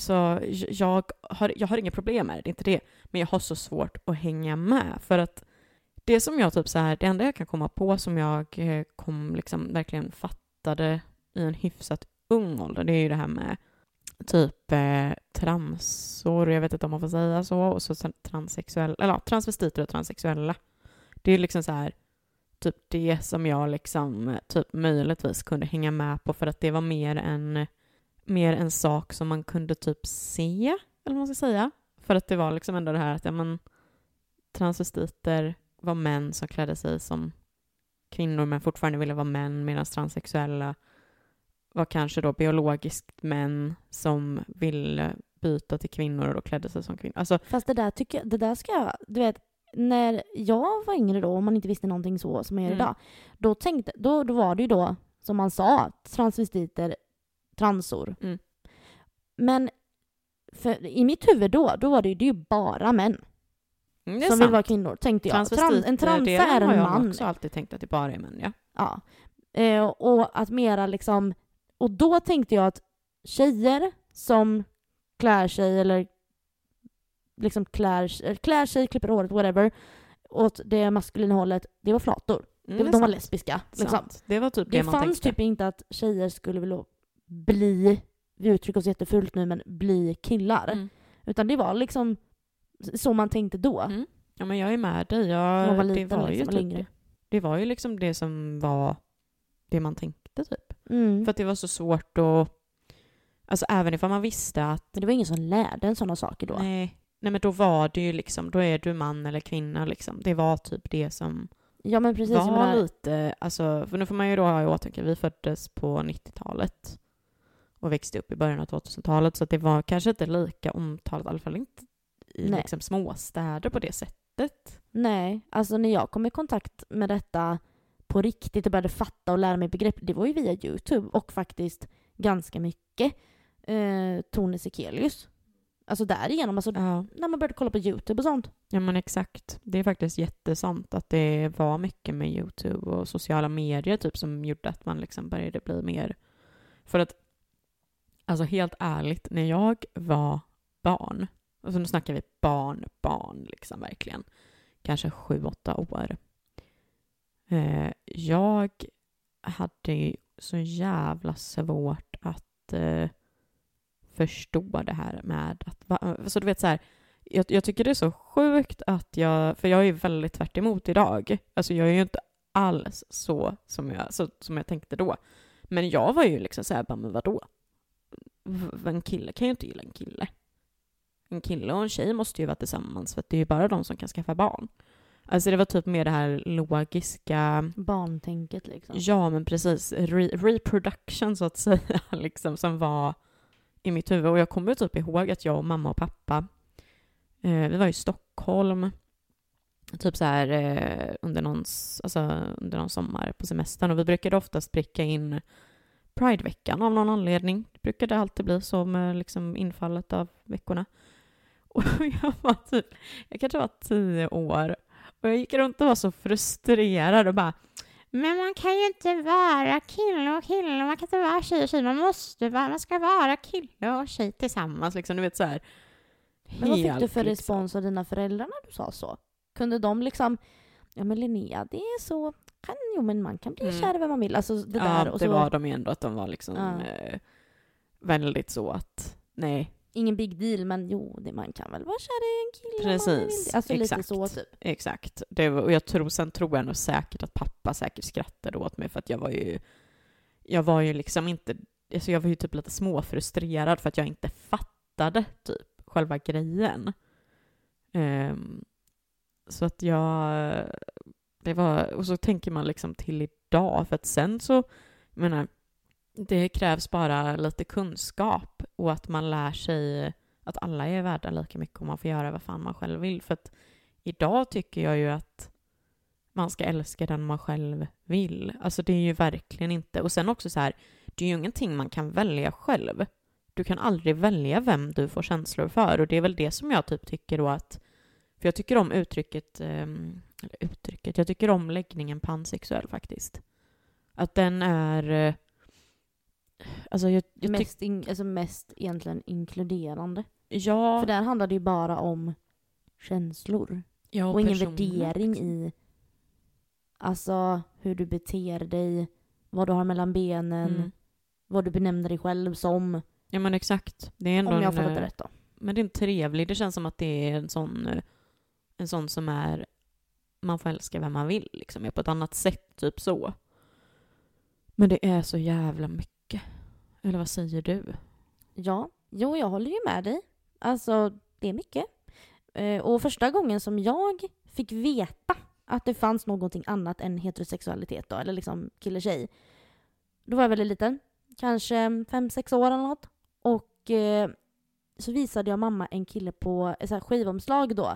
Speaker 2: har inga problem med det, inte det. Men jag har så svårt att hänga med. För att det som jag typ så här, det enda jag kan komma på som jag liksom verkligen fattade i en hyfsat ung ålder, det är ju det här med typ transor, jag vet inte om man får säga så, och så transsexuella, eller transvestiter och transsexuella. Det är liksom så här typ det som jag liksom typ möjligtvis kunde hänga med på, för att det var mer en sak som man kunde typ se, eller vad man ska säga. För att det var liksom ändå det här att transvestiter var män som klädde sig som kvinnor men fortfarande ville vara män, medan transsexuella var kanske då biologiskt män som ville byta till kvinnor och då klädde sig som kvinnor. Alltså,
Speaker 1: fast det där ska jag, du vet, när jag var yngre då, om man inte visste någonting så som jag gör idag, då var det ju då, som man sa, transvestiter, transor. Men för i mitt huvud då var det ju bara män som vill vara kvinnor, tänkte jag. En transa är en man.
Speaker 2: Jag har också alltid tänkt att det bara är män,
Speaker 1: ja. Och att mera liksom, och då tänkte jag att tjejer som klär sig eller liksom klär sig, klipper håret, whatever, åt det maskulina hållet, det var flator. De var lesbiska. Liksom.
Speaker 2: Det var typ det man tänkte.
Speaker 1: Det fanns typ inte att tjejer skulle vilja bli, vi uttrycker oss jättefult nu, men bli killar. Utan det var liksom så man tänkte då.
Speaker 2: Ja, men jag är med dig. Det var ju liksom det som var det man tänkte typ. För att det var så svårt att, alltså även ifall man visste att,
Speaker 1: men det var ingen som lärde en sådana saker då.
Speaker 2: Nej, men då var det ju liksom, då är du man eller kvinna liksom. Det var typ det som
Speaker 1: men precis,
Speaker 2: var lite, alltså, för nu får man ju då ha i åtanke, vi föddes på 90-talet och växte upp i början av 2000-talet, så att det var kanske inte lika omtalat, i alla fall inte i liksom småstäder på det sättet.
Speaker 1: Nej, alltså när jag kom i kontakt med detta på riktigt och började fatta och lära mig begrepp, det var ju via YouTube och faktiskt ganska mycket Tone Sekelius. Alltså därigenom, alltså när man började kolla på YouTube och sånt.
Speaker 2: Ja, men exakt. Det är faktiskt jättesant att det var mycket med YouTube och sociala medier typ som gjorde att man liksom började bli mer, för att alltså helt ärligt, när jag var barn, alltså nu snackar vi barn liksom verkligen, kanske 7-8 år. Jag hade ju så jävla svårt att förstå det här med att, så du vet så här, jag tycker det är så sjukt att för jag är väldigt tvärt emot idag. Alltså jag är ju inte alls så som jag tänkte då. Men jag var ju liksom så här, men vadå? En kille kan ju inte gilla en kille. En kille och en tjej måste ju vara tillsammans, för att det är ju bara de som kan skaffa barn. Alltså det var typ mer det här logiska...
Speaker 1: Barntänket liksom.
Speaker 2: Ja, men precis. Reproduction så att säga, liksom, som var i mitt huvud. Och jag kommer typ ihåg att jag och mamma och pappa, vi var i Stockholm typ så här under någon sommar på semestern. Och vi brukade oftast pricka in Pride-veckan av någon anledning. Det brukade alltid bli så med liksom infallet av veckorna. Och jag kanske var 10 år. Och jag gick runt och var så frustrerad och bara, men man kan ju inte vara kille och kille, man kan inte vara tjej och tjej, man ska vara kille och tjej tillsammans, liksom, du vet så här.
Speaker 1: Men vad fick du för
Speaker 2: liksom
Speaker 1: respons av dina föräldrar när du sa så? Kunde de liksom, ja men Linnea, det är så, men man kan bli kär i vem man vill. Alltså det där.
Speaker 2: Ja,
Speaker 1: och
Speaker 2: det
Speaker 1: så,
Speaker 2: var de ändå, att de var liksom väldigt så att, nej.
Speaker 1: ingen big deal, men jo, man kan väl vara kär i en kille.
Speaker 2: Precis,
Speaker 1: alltså
Speaker 2: exakt,
Speaker 1: lite så typ.
Speaker 2: Exakt. Och sen tror jag nog säkert att pappa säkert skrattade åt mig, för att jag var ju liksom inte, alltså jag var ju typ lite småfrustrerad för att jag inte fattade typ själva grejen. Så att det var, och så tänker man liksom till idag, för att sen så, jag menar, det krävs bara lite kunskap och att man lär sig att alla är värda lika mycket om man får göra vad fan man själv vill. För att idag tycker jag ju att man ska älska den man själv vill. Alltså det är ju verkligen inte. Och sen också så här, det är ju ingenting man kan välja själv. Du kan aldrig välja vem du får känslor för. Och det är väl det som jag typ tycker då att, för jag tycker om jag tycker om läggningen pansexuell faktiskt. Att den är... Alltså
Speaker 1: mest egentligen inkluderande.
Speaker 2: Ja.
Speaker 1: För där handlar det ju bara om känslor.
Speaker 2: Ja,
Speaker 1: och ingen värdering i alltså hur du beter dig, vad du har mellan benen, vad du benämner dig själv som.
Speaker 2: Ja, men exakt. Det är ändå
Speaker 1: om jag får det rätt då.
Speaker 2: Men det är en trevlig, det känns som att det är en sån som är, man får älska vem man vill liksom, är på ett annat sätt typ så. Men det är så jävla mycket. Eller vad säger du?
Speaker 1: Ja, jag håller ju med dig. Alltså, det är mycket. Och första gången som jag fick veta att det fanns någonting annat än heterosexualitet då, eller liksom kille-tjej, då var jag väldigt liten. Kanske 5-6 år eller något. Och så visade jag mamma en kille på ett så här skivomslag då.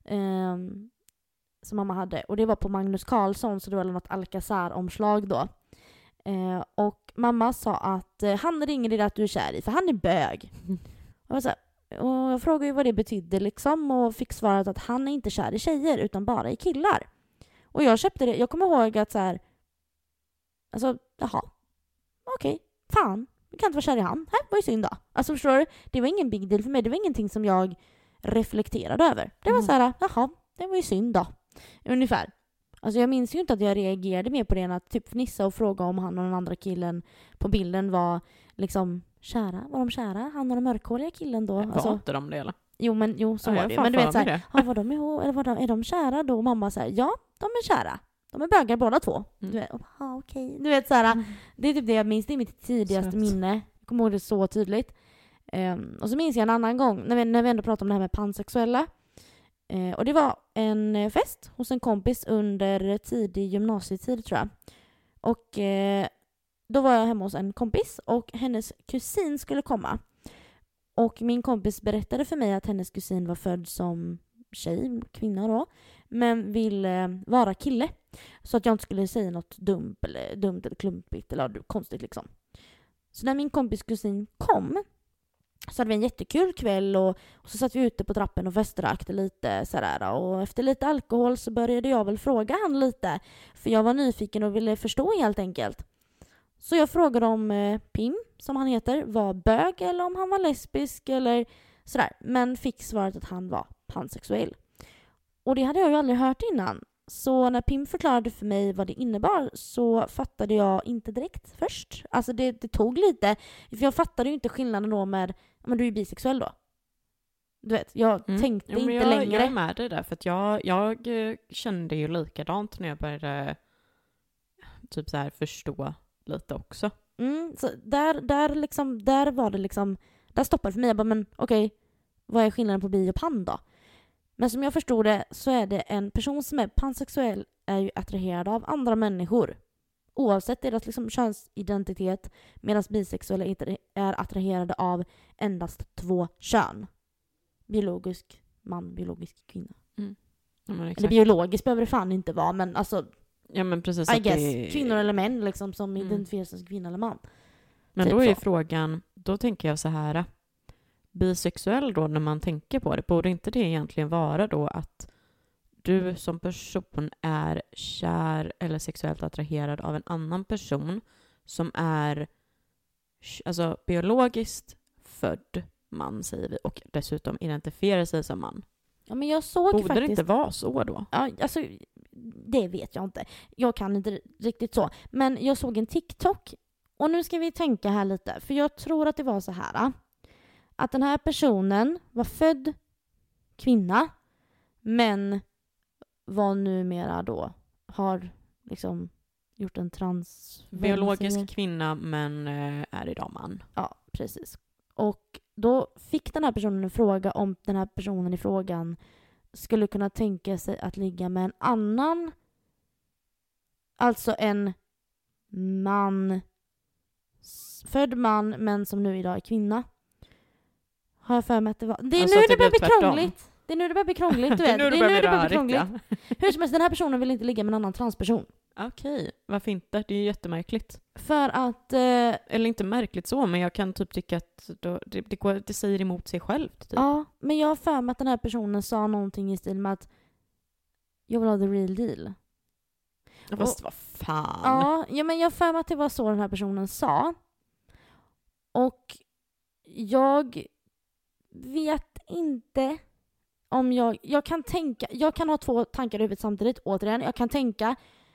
Speaker 1: Som mamma hade. Och det var på Magnus Carlsson, så det var något Alcazar-omslag då. Och mamma sa att han ringer dig att du är kär i, för han är bög. Och jag frågade ju vad det betydde liksom, och fick svaret att han är inte kär i tjejer utan bara i killar. Och jag köpte det. Jag kommer ihåg att så här, alltså, jaha, okej, fan, jag kan inte vara kär i han. Här var ju synd då. Alltså förstår du, det var ingen big deal för mig. Det var ingenting som jag reflekterade över. Det var så här, jaha, det var ju synd då. Ungefär. Alltså jag minns ju inte att jag reagerade mer på det än att typ fnissa och fråga om han och den andra killen på bilden var liksom kära. Var de kära? Han och den mörkhåriga killen då?
Speaker 2: Var
Speaker 1: alltså,
Speaker 2: inte de det eller?
Speaker 1: Jo, så var det. Men du vet såhär, var de ihop? Eller är de kära då? Och mamma säger ja, de är kära. De är bögar båda två. Du vet, okej. Du vet såhär, det är typ det jag minns. Det är mitt tidigaste minne. Jag kommer ihåg det så tydligt. Och så minns jag en annan gång, när vi ändå pratade om det här med pansexuella. Och det var en fest hos en kompis under tidig gymnasietid tror jag. Och då var jag hemma hos en kompis och hennes kusin skulle komma. Och min kompis berättade för mig att hennes kusin var född som tjej, kvinna då, men ville vara kille. Så att jag inte skulle säga något dumt eller klumpigt eller konstigt liksom. Så när min kompis kusin kom så hade vi en jättekul kväll och så satt vi ute på trappen och feströkte lite sådär. Och efter lite alkohol så började jag väl fråga han lite. För jag var nyfiken och ville förstå helt enkelt. Så jag frågade om Pim, som han heter, var bög eller om han var lesbisk eller sådär. Men fick svaret att han var pansexuell. Och det hade jag ju aldrig hört innan. Så när Pim förklarade för mig vad det innebar så fattade jag inte direkt först. Alltså det tog lite. För jag fattade ju inte skillnaden då med, men du är bisexuell då. Du vet, jag tänkte inte längre.
Speaker 2: Jag är med dig där, för att jag kände ju likadant när jag började typ så här förstå lite också.
Speaker 1: Så där var det liksom, där stoppade för mig. Jag bara, men okej, vad är skillnaden på bi och pan då? Men som jag förstår det så är det en person som är pansexuell är ju attraherad av andra människor. Oavsett deras liksom könsidentitet, medan bisexuella är attraherade av endast 2 kön. Biologisk man, biologisk kvinna.
Speaker 2: Ja, men exakt.
Speaker 1: Eller biologiskt behöver det fan inte vara, men alltså
Speaker 2: Ja, men precis.
Speaker 1: I guess, kvinnor eller män liksom, som identifierar sig som kvinna eller man.
Speaker 2: Men
Speaker 1: typ
Speaker 2: då är ju
Speaker 1: så.
Speaker 2: frågan, då tänker jag så här, bisexuell då när man tänker på det, borde inte det egentligen vara då att du som person är kär eller sexuellt attraherad av en annan person som är alltså biologiskt född man, säger vi, och dessutom identifierar sig som man.
Speaker 1: Ja, men jag såg
Speaker 2: Borde
Speaker 1: faktiskt...
Speaker 2: det inte vara så då?
Speaker 1: Ja, alltså, det vet jag inte. Jag kan inte riktigt så. Men jag såg en TikTok. Och nu ska vi tänka här lite. För jag tror att det var så här. Att den här personen var född kvinna. Men var numera då. Har liksom gjort en
Speaker 2: Biologisk kvinna men är idag man.
Speaker 1: Ja, precis. Och då fick den här personen en fråga om den här personen i frågan skulle kunna tänka sig att ligga med en annan, alltså en man, född man men som nu idag är kvinna. Har jag för mig att det var. Det är
Speaker 2: Alltså
Speaker 1: nu
Speaker 2: att
Speaker 1: det börjar bli
Speaker 2: tvärtom.
Speaker 1: krångligt. Det är nu det börjar bli krångligt, du vet.
Speaker 2: Det är nu det börjar bli
Speaker 1: krångligt.
Speaker 2: rörigt,
Speaker 1: Hur som helst, den här personen vill inte ligga med en annan transperson.
Speaker 2: Okej, varför inte? Det är ju jättemärkligt.
Speaker 1: För att...
Speaker 2: Eller inte märkligt så, men jag kan typ tycka att det säger emot sig själv. Typ.
Speaker 1: Ja, men jag har för mig att den här personen sa någonting i stil med att jag vill ha the real deal.
Speaker 2: Fast vad fan.
Speaker 1: Ja, men jag har för mig att det var så den här personen sa. Och jag vet inte om jag kan tänka, jag kan ha 2 tankar i huvudet samtidigt, återigen. Jag kan tänka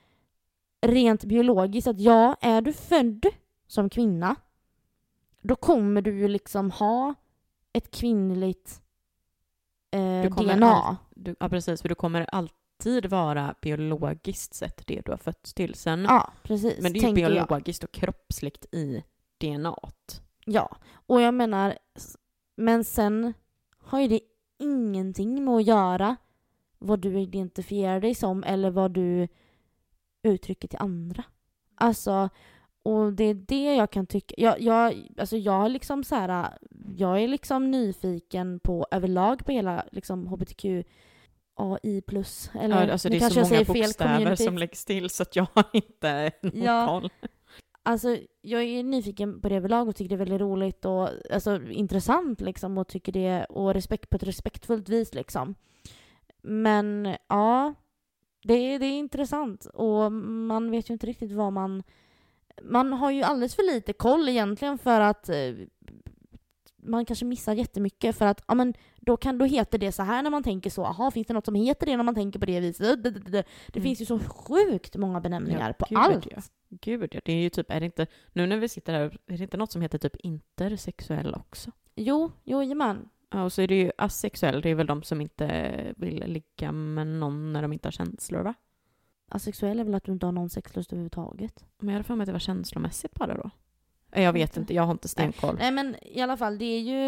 Speaker 1: rent biologiskt att ja, är du född som kvinna, då kommer du ju liksom ha ett kvinnligt DNA.
Speaker 2: Ja, precis. För du kommer alltid vara biologiskt sett det du har fötts till. Sen,
Speaker 1: Ja, precis.
Speaker 2: men det är ju biologiskt och kroppsligt i DNAt.
Speaker 1: Ja, och jag menar, men sen har ju det ingenting med att göra vad du identifierar dig som eller vad du uttrycker till andra. Alltså, och det är det jag kan tycka. Jag liksom så här, jag är liksom nyfiken på överlag på hela liksom HBTQ AI+. Eller,
Speaker 2: Ja, alltså det är
Speaker 1: kanske
Speaker 2: så många
Speaker 1: fel
Speaker 2: bokstäver
Speaker 1: community.
Speaker 2: som läggs till så att jag har inte någon koll.
Speaker 1: Alltså, jag är nyfiken på det överlag och tycker det är väldigt roligt och alltså, intressant liksom, och tycker det och på ett respektfullt vis liksom. Men ja, det är intressant och man vet ju inte riktigt vad man har ju alldeles för lite koll egentligen för att man kanske missar jättemycket för att ja, men då heter det så här när man tänker så. Aha, finns det något som heter det när man tänker på det viset? Det finns ju så sjukt många benämningar på allt.
Speaker 2: Ja. Gud, ja. Det är ju typ, är det inte, nu när vi sitter här, är det inte något som heter typ intersexuell också?
Speaker 1: Jo, jajamän.
Speaker 2: Ja, och så är det ju asexuell, det är väl de som inte vill ligga med någon när de inte har känslor, va?
Speaker 1: Asexuell är väl att du inte har någon sexlust överhuvudtaget.
Speaker 2: Men jag hade för mig att det var känslomässigt bara då. Jag vet inte, jag har inte stenkoll.
Speaker 1: Nej, men i alla fall, det är ju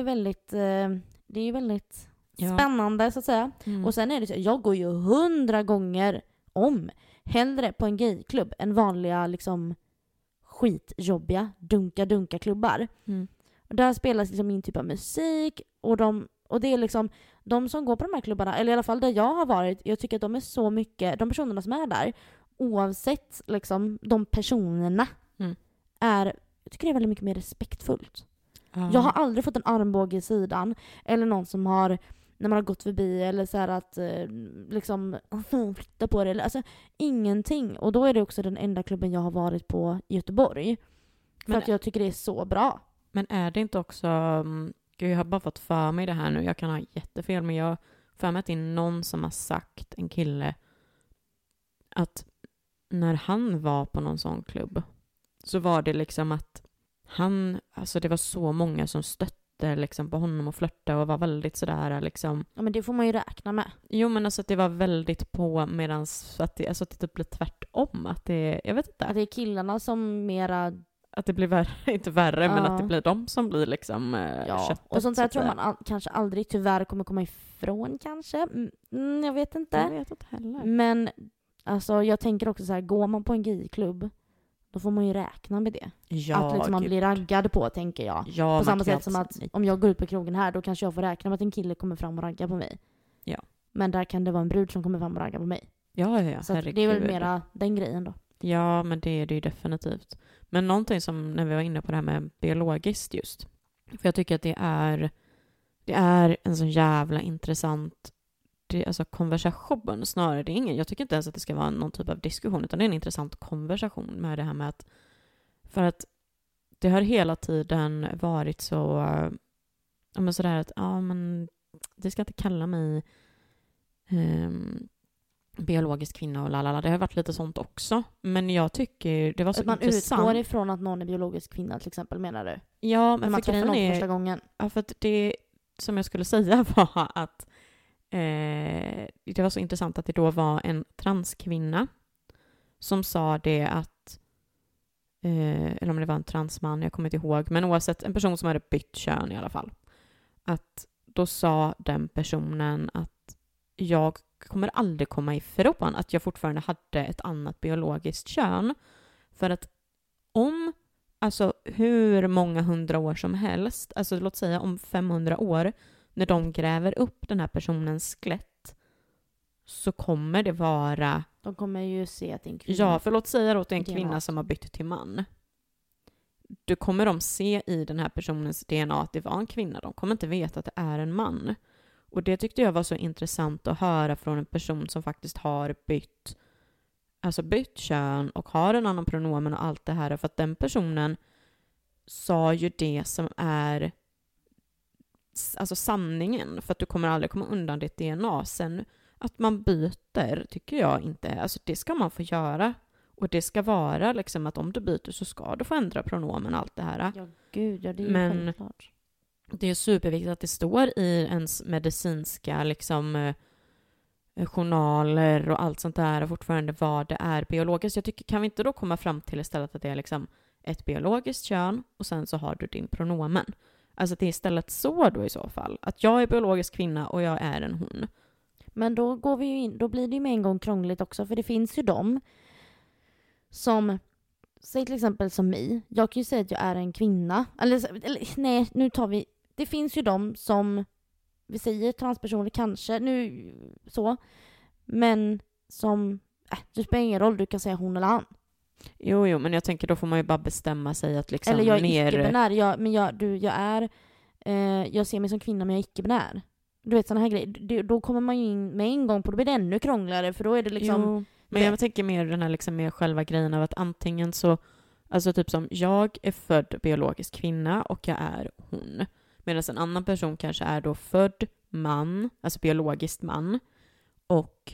Speaker 1: väldigt spännande så att säga. Och sen är det så, jag går ju 100 gånger hellre på en gayklubb än vanliga liksom skitjobbiga dunka-klubbar. Och där spelas liksom min typ av musik och det är liksom de som går på de här klubbarna, eller i alla fall där jag har varit, jag tycker att de är så mycket, de personerna som är där, oavsett liksom de personerna jag tycker det är väldigt mycket mer respektfullt. Jag har aldrig fått en armbåge i sidan eller någon som har, när man har gått förbi eller så här att liksom flytta på det eller alltså ingenting. Och då är det också den enda klubben jag har varit på i Göteborg. För att jag tycker det är så bra.
Speaker 2: Men är det inte också, gud, jag har bara fått för mig det här nu, jag kan ha jättefel, men jag för mig att det är någon som har sagt, en kille, att när han var på någon sån klubb så var det liksom att alltså det var så många som stötte liksom på honom och flörtade och var väldigt sådär liksom.
Speaker 1: Ja, men det får man ju räkna med.
Speaker 2: Jo, men alltså att det var väldigt på medans att det, alltså att det typ blir tvärtom, att det, jag vet inte.
Speaker 1: Att det är killarna som mera...
Speaker 2: Att det blir värre, inte värre, men att det blir de som blir liksom
Speaker 1: ja,
Speaker 2: köttet.
Speaker 1: och sånt där tror man kanske aldrig tyvärr kommer komma ifrån kanske. Jag vet inte.
Speaker 2: Jag vet inte heller.
Speaker 1: Men alltså, jag tänker också så här, går man på en gayklubb, då får man ju räkna med det.
Speaker 2: Ja,
Speaker 1: att liksom man blir raggad på, tänker jag.
Speaker 2: Ja,
Speaker 1: på samma
Speaker 2: kan
Speaker 1: sätt som att om jag går ut på krogen här, då kanske jag får räkna med att en kille kommer fram och raggar på mig.
Speaker 2: Ja.
Speaker 1: Men där kan det vara en brud som kommer fram och raggar på mig.
Speaker 2: Ja.
Speaker 1: Så det är väl mera den grejen då.
Speaker 2: Ja, men det är det ju definitivt. Men någonting som, när vi var inne på det här med biologiskt just. För jag tycker att det är en så jävla intressant konversation snarare. Det är ingen, jag tycker inte ens att det ska vara någon typ av diskussion, utan det är en intressant konversation med det här med att, för att det har hela tiden varit så, sådär att, men det ska inte kalla mig biologisk kvinna och lalala. Det har varit lite sånt också. Men jag tycker det var så
Speaker 1: att
Speaker 2: intressant.
Speaker 1: Man utgår ifrån att någon är biologisk kvinna till exempel, menar du?
Speaker 2: Ja, men
Speaker 1: man
Speaker 2: för
Speaker 1: träffar någon
Speaker 2: grejen
Speaker 1: första gången.
Speaker 2: Ja, för att det som jag skulle säga var att det var så intressant att det då var en transkvinna som sa det att eller om det var en transman, jag kommer inte ihåg, men oavsett, en person som hade bytt kön i alla fall. Att då sa den personen att jag kommer aldrig komma ifrån att jag fortfarande hade ett annat biologiskt kön. För att hur många 100 år som helst, alltså låt säga om 500 år, när de gräver upp den här personens skelett, så kommer det vara...
Speaker 1: De kommer ju se att det är en kvinna.
Speaker 2: Ja, för låt säga då att det är en kvinna som har bytt till man. Då kommer de se i den här personens DNA att det var en kvinna. De kommer inte veta att det är en man. Och det tyckte jag var så intressant att höra från en person som faktiskt har bytt kön och har en annan pronomen och allt det här. För att den personen sa ju det som är sanningen. För att du kommer aldrig komma undan ditt DNA. Sen att man byter tycker jag inte. Alltså det ska man få göra. Och det ska vara liksom att om du byter så ska du få ändra pronomen och allt det här.
Speaker 1: Ja, gud, ja, det är ju självklart.
Speaker 2: Det är superviktigt att det står i ens medicinska journaler och allt sånt där och fortfarande vad det är biologiskt. Jag tycker, kan vi inte då komma fram till istället att det är liksom ett biologiskt kön och sen så har du din pronomen. Alltså att det är istället så då i så fall. Att jag är biologisk kvinna och jag är en hon.
Speaker 1: Men då går vi ju in, då blir det ju med en gång krångligt också, för det finns ju de som, säg till exempel som mig, jag kan ju säga att jag är en kvinna, eller nej, nu tar vi, det finns ju de som, vi säger transpersoner kanske, nu så, men som, det spelar ingen roll, du kan säga hon eller han.
Speaker 2: Jo, men jag tänker då får man ju bara bestämma sig att liksom
Speaker 1: eller jag är
Speaker 2: mer...
Speaker 1: icke-binär, jag ser mig som kvinna men jag är icke-binär. Du vet, sådana här grejer. Då kommer man ju in med en gång på, då blir det ännu krångligare, för då är det liksom...
Speaker 2: Jo, men jag tänker mer den här liksom mer själva grejen av att antingen så, alltså typ som jag är född biologisk kvinna och jag är hon. Medan en annan person kanske är då född man, alltså biologiskt man, och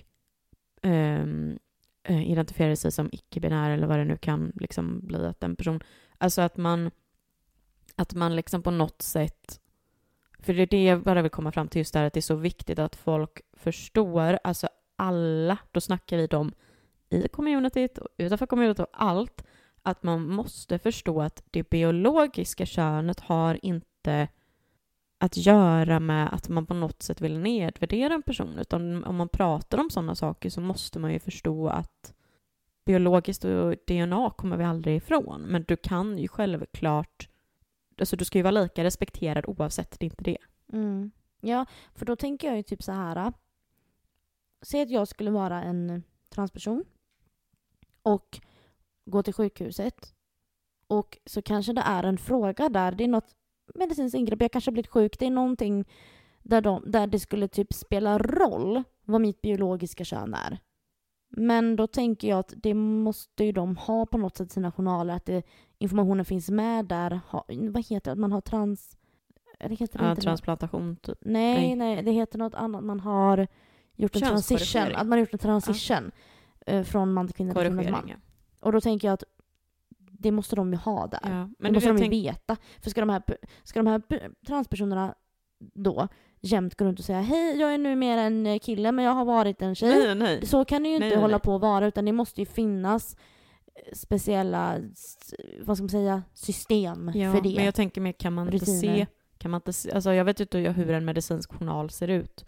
Speaker 2: identifierar sig som icke-binär eller vad det nu kan liksom bli att en person, alltså att man liksom på något sätt, för det är det jag bara vill komma fram till just där, att det är så viktigt att folk förstår, alltså alla, då snackar vi om i communityt och utanför communityt och allt, att man måste förstå att det biologiska könet har inte att göra med att man på något sätt vill nedvärdera en person, utan om man pratar om sådana saker så måste man ju förstå att biologiskt och DNA kommer vi aldrig ifrån, men du kan ju självklart, alltså du ska ju vara lika respekterad oavsett, det är inte det.
Speaker 1: Mm. Ja, för då tänker jag ju typ så här, säg att jag skulle vara en transperson och gå till sjukhuset, och så kanske det är en fråga där, det är något medicinskt ingrepp, jag kanske har blivit sjuk, det är någonting där det skulle typ spela roll vad mitt biologiska kön är. Men då tänker jag att det måste ju de ha på något sätt, sina journaler, att informationen finns med där. Vad heter det? Att man har
Speaker 2: transplantation typ.
Speaker 1: Nej, det heter något annat. Man har gjort en transition. Att man har gjort en transition från man till kvinna till kvinna till man. Och då tänker jag att det måste de ju ha där. Ja, men det måste de ju veta. För ska de här transpersonerna då jämt gå runt och säga hej, jag är nu mer en kille men jag har varit en tjej.
Speaker 2: Nej.
Speaker 1: Så kan det ju inte hålla på att vara, utan det måste ju finnas speciella, vad ska man säga, system för det.
Speaker 2: Men jag tänker mer, kan man inte se, alltså jag vet inte hur en medicinsk journal ser ut,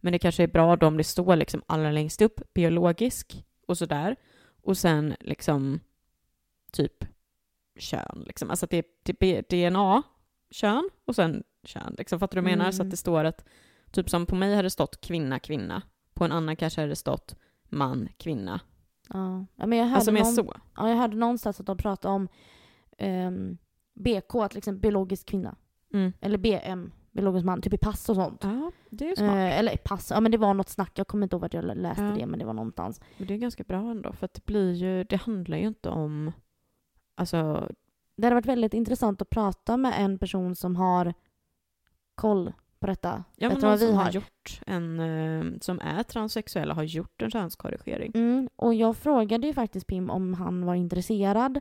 Speaker 2: Men det kanske är bra då om det står liksom allra längst upp biologisk och sådär. Och sen liksom typ kön. Liksom. Alltså att det är DNA, kön och sen kön. Liksom. Fattar du vad jag menar? Så att det står att typ som på mig hade det stått kvinna, kvinna. På en annan kanske hade det stått man, kvinna.
Speaker 1: Ja, men jag hörde
Speaker 2: alltså mer så.
Speaker 1: Ja, jag hörde någonstans att de pratade om BK, till exempel biologisk kvinna. Eller BM, biologisk man, typ i pass och sånt.
Speaker 2: Ja, det är ju smart.
Speaker 1: Eller i pass, ja men det var något snack, jag kommer inte ihåg vart jag läste det, men det var någonstans.
Speaker 2: Men det är ganska bra ändå, för att det handlar ju inte om, alltså.
Speaker 1: Det hade varit väldigt intressant att prata med en person som har koll på detta.
Speaker 2: Ja, men
Speaker 1: någon
Speaker 2: som har gjort som är transsexuell och har gjort en könskorrigering.
Speaker 1: Och jag frågade ju faktiskt Pim om han var intresserad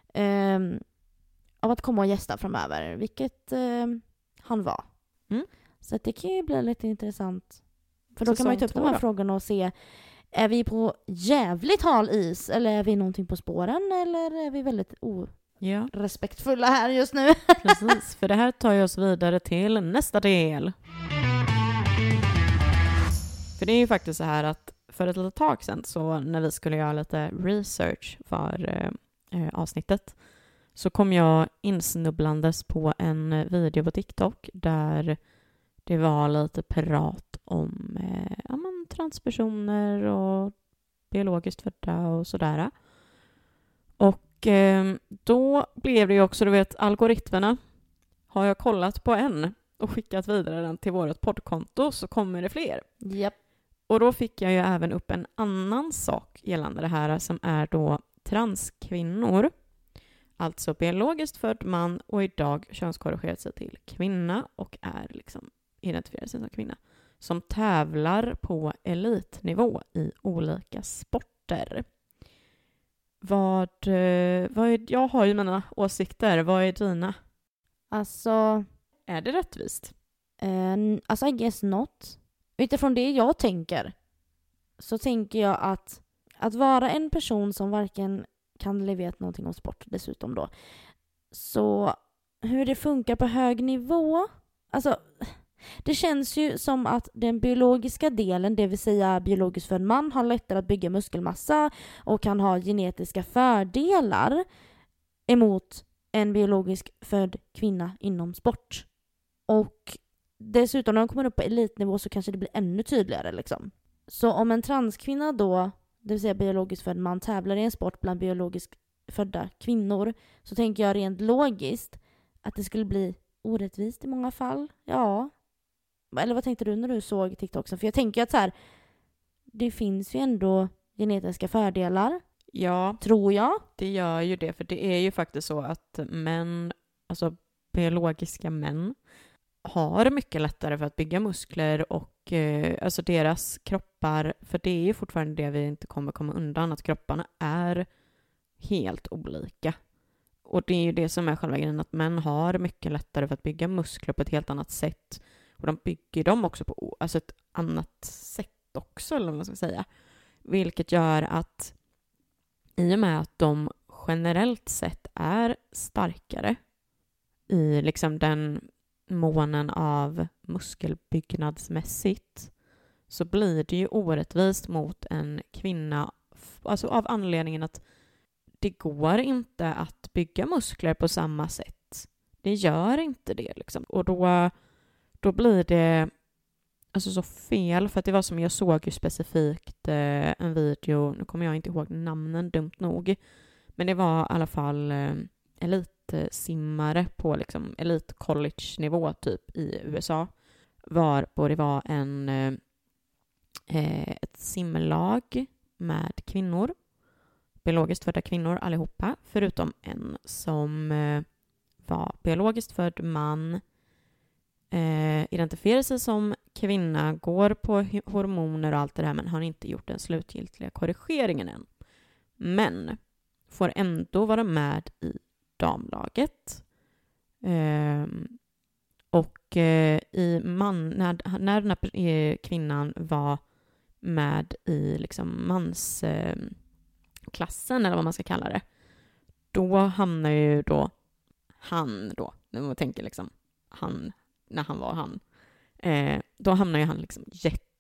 Speaker 1: av att komma och gästa framöver, vilket han var. Så att det kan ju bli lite intressant. För då kan man ju ta upp de här frågorna och se, är vi på jävligt hal is eller är vi någonting på spåren eller är vi väldigt respektfulla här just nu?
Speaker 2: Precis, för det här tar ju oss vidare till nästa del. För det är ju faktiskt så här att för ett litet tag sedan, så när vi skulle göra lite research för avsnittet, så kom jag insnubblandes på en video på TikTok där det var lite prat om transpersoner och biologiskt födda och sådär. Och då blev det ju också, du vet, algoritmerna. Har jag kollat på en och skickat vidare den till vårt poddkonto så kommer det fler.
Speaker 1: Yep.
Speaker 2: Och då fick jag ju även upp en annan sak gällande det här som är då transkvinnor. Alltså biologiskt född man och idag könskorrigerat sig till kvinna och är liksom identifierar sig som kvinna. Som tävlar på elitnivå i olika sporter. Jag har ju mina åsikter. Vad är dina?
Speaker 1: Alltså.
Speaker 2: Är det rättvist?
Speaker 1: Alltså I guess not. Utifrån det jag tänker. Så tänker jag att vara en person som varken kan leva någonting om sport dessutom då. Så hur det funkar på hög nivå. Alltså. Det känns ju som att den biologiska delen, det vill säga biologiskt född man, har lättare att bygga muskelmassa och kan ha genetiska fördelar emot en biologisk född kvinna inom sport. Och dessutom när de kommer upp på elitnivå så kanske det blir ännu tydligare liksom. Så om en transkvinna då, det vill säga biologiskt född man, tävlar i en sport bland biologiskt födda kvinnor, så tänker jag rent logiskt att det skulle bli orättvist i många fall. Ja. Eller vad tänkte du när du såg TikTok? För jag tänker att så här, det finns ju ändå genetiska fördelar.
Speaker 2: Ja,
Speaker 1: tror jag.
Speaker 2: Det gör ju det, för det är ju faktiskt så att män, alltså biologiska män, har mycket lättare för att bygga muskler och alltså deras kroppar, för det är ju fortfarande det vi inte kommer komma undan, att kropparna är helt olika. Och det är ju det som är själva grejen, att män har mycket lättare för att bygga muskler på ett helt annat sätt. Och de bygger dem också på alltså ett annat sätt också, eller vad man ska säga. Vilket gör att i och med att de generellt sett är starkare i liksom den månen av muskelbyggnadsmässigt, så blir det ju orättvist mot en kvinna, alltså av anledningen att det går inte att bygga muskler på samma sätt. Det gör inte det liksom. Och då blir det alltså så fel, för att det var som jag såg ju specifikt en video, nu kommer jag inte ihåg namnen dumt nog, men det var i alla fall elitsimmare på liksom elitcollege-nivå typ i USA, det var ett simlag med kvinnor, biologiskt födda kvinnor allihopa, förutom en som var biologiskt född man, identifierar sig som kvinna, går på hormoner och allt det där, men har inte gjort den slutgiltiga korrigeringen än. Men får ändå vara med i damlaget. När den här kvinnan var med i liksom mansklassen, eller vad man ska kalla det, då hamnar ju då han då, när man tänker liksom han, när han var han, då hamnar ju han liksom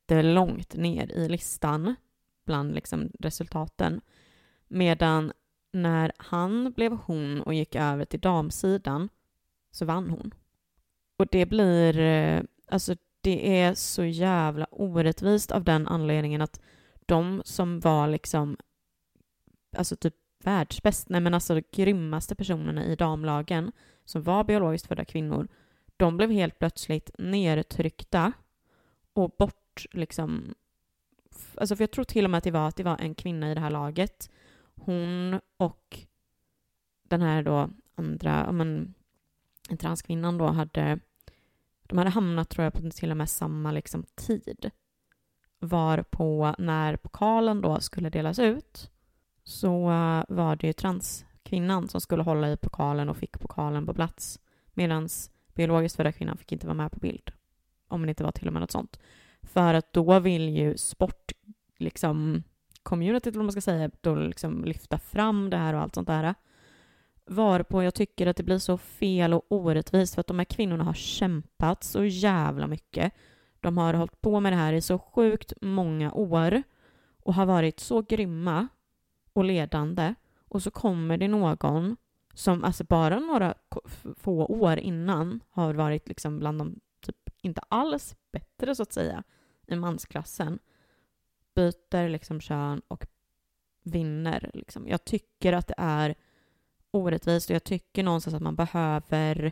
Speaker 2: jättelångt ner i listan bland liksom resultaten. Medan när han blev hon och gick över till damsidan så vann hon. Och det blir, alltså det är så jävla orättvist av den anledningen att de som var liksom, alltså typ världsbäst, nej men alltså grymmaste personerna i damlagen som var biologiskt födda kvinnor, de blev helt plötsligt nedtryckta och bort liksom, alltså för jag tror till och med att det var en kvinna i det här laget. Hon och den här då andra, en transkvinnan då de hade hamnat tror jag på till och med samma liksom tid. Var på när pokalen då skulle delas ut så var det ju transkvinnan som skulle hålla i pokalen och fick pokalen på plats. Medan biologiskt födda kvinnan fick inte vara med på bild. Om det inte var till och med något sånt. För att då vill ju sport liksom communityt, vad man ska säga, då liksom lyfta fram det här och allt sånt där. Varpå jag tycker att det blir så fel och orättvist för att de här kvinnorna har kämpat så jävla mycket. De har hållit på med det här i så sjukt många år och har varit så grymma och ledande. Och så kommer det någon som alltså bara några få år innan har varit liksom bland de typ inte alls bättre så att säga i mansklassen. Byter liksom kön och vinner. Liksom. Jag tycker att det är orättvist och jag tycker någonstans att man behöver...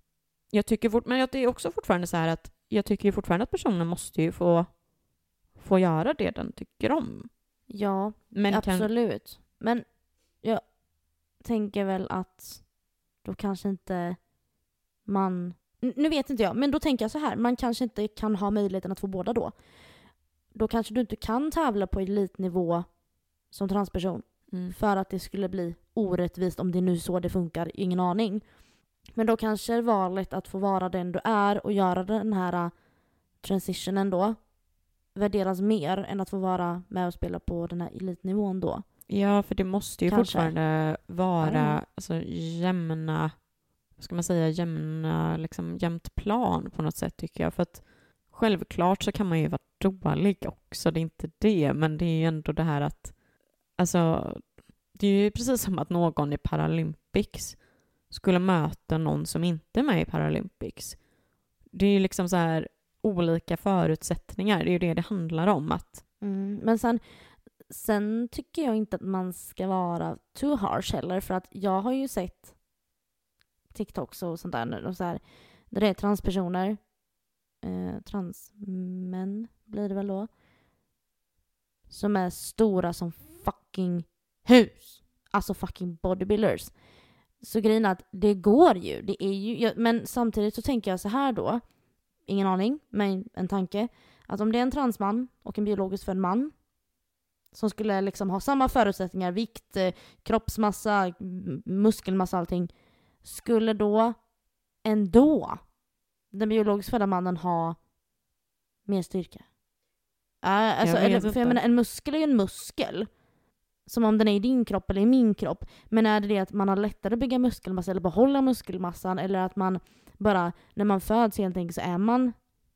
Speaker 2: Men det är också fortfarande så här att jag tycker fortfarande att personen måste ju få göra det den tycker om.
Speaker 1: Ja, men absolut. Men jag tänker väl att då kanske inte man... Nu vet inte jag, men då tänker jag så här. Man kanske inte kan ha möjligheten att få båda då. Då kanske du inte kan tävla på elitnivå som transperson. För att det skulle bli orättvist om det är nu så det funkar. Ingen aning. Men då kanske valet att få vara den du är och göra den här transitionen då värderas mer än att få vara med och spela på den här elitnivån då.
Speaker 2: Ja, för det måste ju fortfarande vara alltså, jämna liksom jämnt plan på något sätt tycker jag. För att självklart så kan man ju vara dålig också, det är inte det. Men det är ju ändå det här att alltså, det är ju precis som att någon i Paralympics skulle möta någon som inte är med i Paralympics. Det är ju liksom så här olika förutsättningar. Det är ju det handlar om.
Speaker 1: Men sen tycker jag inte att man ska vara too harsh heller. För att jag har ju sett TikToks och sånt där. Och så här, där det är transpersoner. Transmän blir det väl då. Som är stora som fucking hus. Alltså fucking bodybuilders. Så grejen är att det går ju. Det är ju men samtidigt så tänker jag så här då. Ingen aning, men en tanke. Att om det är en transman och en biologiskt född man som skulle liksom ha samma förutsättningar, vikt, kroppsmassa, muskelmassa, allting. Skulle då ändå den biologiskt födda mannen ha mer styrka? Alltså, för jag menar, en muskel är ju en muskel. Som om den är i din kropp eller i min kropp. Men är det att man har lättare att bygga muskelmassa eller behålla muskelmassan, eller att man bara, när man föds helt enkelt så är man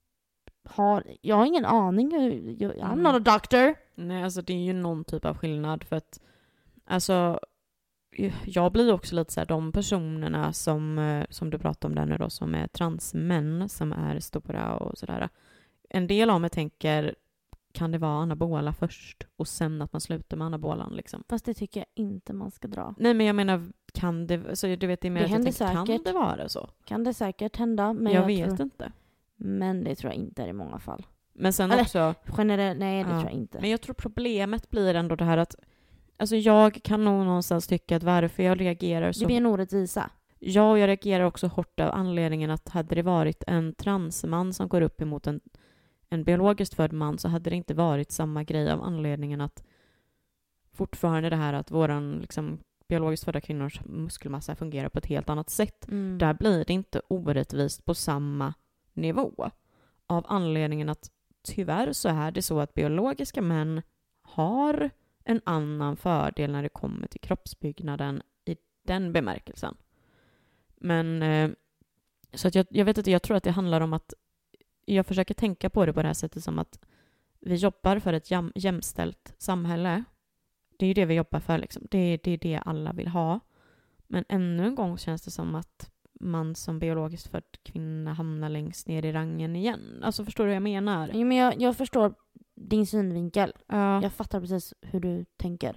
Speaker 1: jag har ingen aning. I'm not a doctor.
Speaker 2: Nej, alltså det är ju någon typ av skillnad för att alltså jag blir också lite så här, de personerna som du pratar om där nu då, som är transmän som är stora och sådär. En del av mig tänker, kan det vara anabola först och sen att man slutar med anabolan liksom?
Speaker 1: Fast det tycker jag inte man ska dra.
Speaker 2: Nej, men jag menar, kan det, så du vet, det är mer
Speaker 1: det
Speaker 2: att
Speaker 1: händer
Speaker 2: jag tänker,
Speaker 1: säkert.
Speaker 2: kan det vara så?
Speaker 1: Kan det säkert hända, men
Speaker 2: jag vet inte.
Speaker 1: Men det tror jag inte är i många fall.
Speaker 2: Men sen
Speaker 1: eller,
Speaker 2: också
Speaker 1: generellt, nej, det tror jag inte.
Speaker 2: Men jag tror problemet blir ändå det här att alltså jag kan nog någonstans tycka att varför jag reagerar så...
Speaker 1: Det blir en orättvisa.
Speaker 2: Ja, och jag reagerar också hårt av anledningen att hade det varit en transman som går upp emot en biologiskt född man så hade det inte varit samma grej av anledningen att fortfarande det här att våran liksom, biologiskt födda kvinnors muskelmassa fungerar på ett helt annat sätt. Där blir det inte orättvist på samma nivå. Av anledningen att tyvärr så är det så att biologiska män har en annan fördel när det kommer till kroppsbyggnaden i den bemärkelsen. Men så att jag vet inte, jag tror att det handlar om att jag försöker tänka på det på det här sättet som att vi jobbar för ett jämställt samhälle. Det är ju det vi jobbar för liksom. Det är det alla vill ha. Men ännu en gång känns det som att man som biologiskt född kvinna hamnar längst ner i rangen igen. Alltså förstår du vad jag menar?
Speaker 1: Jo, men jag förstår din synvinkel.
Speaker 2: Ja.
Speaker 1: Jag fattar precis hur du tänker.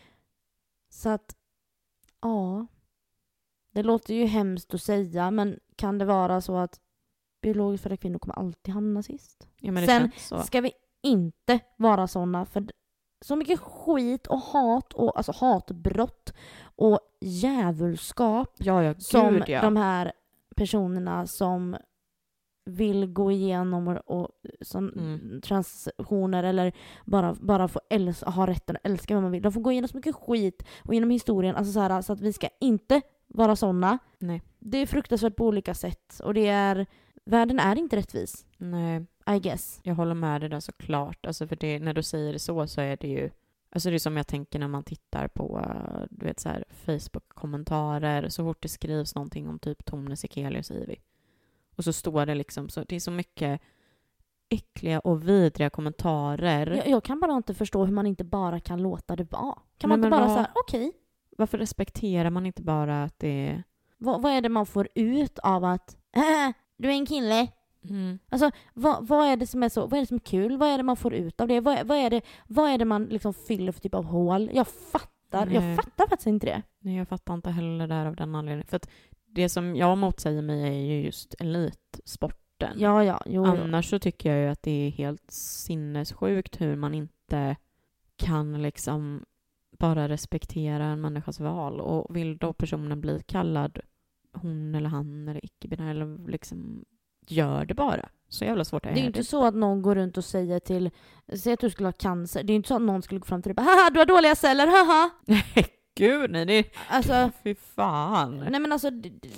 Speaker 1: Så att, ja. Det låter ju hemskt att säga, men kan det vara så att biologiskt födda kvinnor kommer alltid hamna sist?
Speaker 2: Ja, men det
Speaker 1: Sen
Speaker 2: känns så.
Speaker 1: ska vi inte vara såna, för så mycket skit och hat och alltså hatbrott och djävulskap
Speaker 2: Ja,
Speaker 1: som
Speaker 2: gud, ja.
Speaker 1: de här personerna som vill gå igenom och som transitioner eller bara få ha rätten att älska vem man vill. De får gå igenom så mycket skit och genom historien, alltså så att vi ska inte vara såna.
Speaker 2: Nej.
Speaker 1: Det är fruktansvärt på olika sätt och världen är inte rättvis.
Speaker 2: Nej.
Speaker 1: I guess.
Speaker 2: Jag håller med dig där såklart. Alltså för det, när du säger det så är det ju... Alltså det är som jag tänker när man tittar på du vet så här Facebook-kommentarer. Så fort det skrivs någonting om typ Tone Sekelius Ivy. Och så står det liksom... Så, det är så mycket äckliga och vidriga kommentarer.
Speaker 1: Jag kan bara inte förstå hur man inte bara kan låta det vara. Kan
Speaker 2: Nej,
Speaker 1: man inte
Speaker 2: men
Speaker 1: bara säga okej.
Speaker 2: Varför respekterar man inte bara att det är...
Speaker 1: Vad är det man får ut av att du är en kille? Alltså, vad är det som är så, vad är det som är kul? Vad är det man får ut av det? Vad är det man liksom fyller för typ av hål? Jag fattar faktiskt inte det.
Speaker 2: Nej, jag fattar inte heller där av den anledningen. För att det som jag motsäger mig är ju just elitsporten.
Speaker 1: Ja, jo.
Speaker 2: Annars så tycker jag ju att det är helt sinnessjukt hur man inte kan liksom bara respektera en människas val. Och vill då personen bli kallad hon eller han eller icke-binär eller liksom gör det bara. Så jävla svårt
Speaker 1: det är ju inte så att någon går runt och säger säg att du skulle ha cancer. Det är ju inte så att någon skulle gå fram till dig och bara, haha, du har dåliga celler, haha.
Speaker 2: Gud, nej, det är...
Speaker 1: Alltså,
Speaker 2: fy fan.
Speaker 1: Nej, men alltså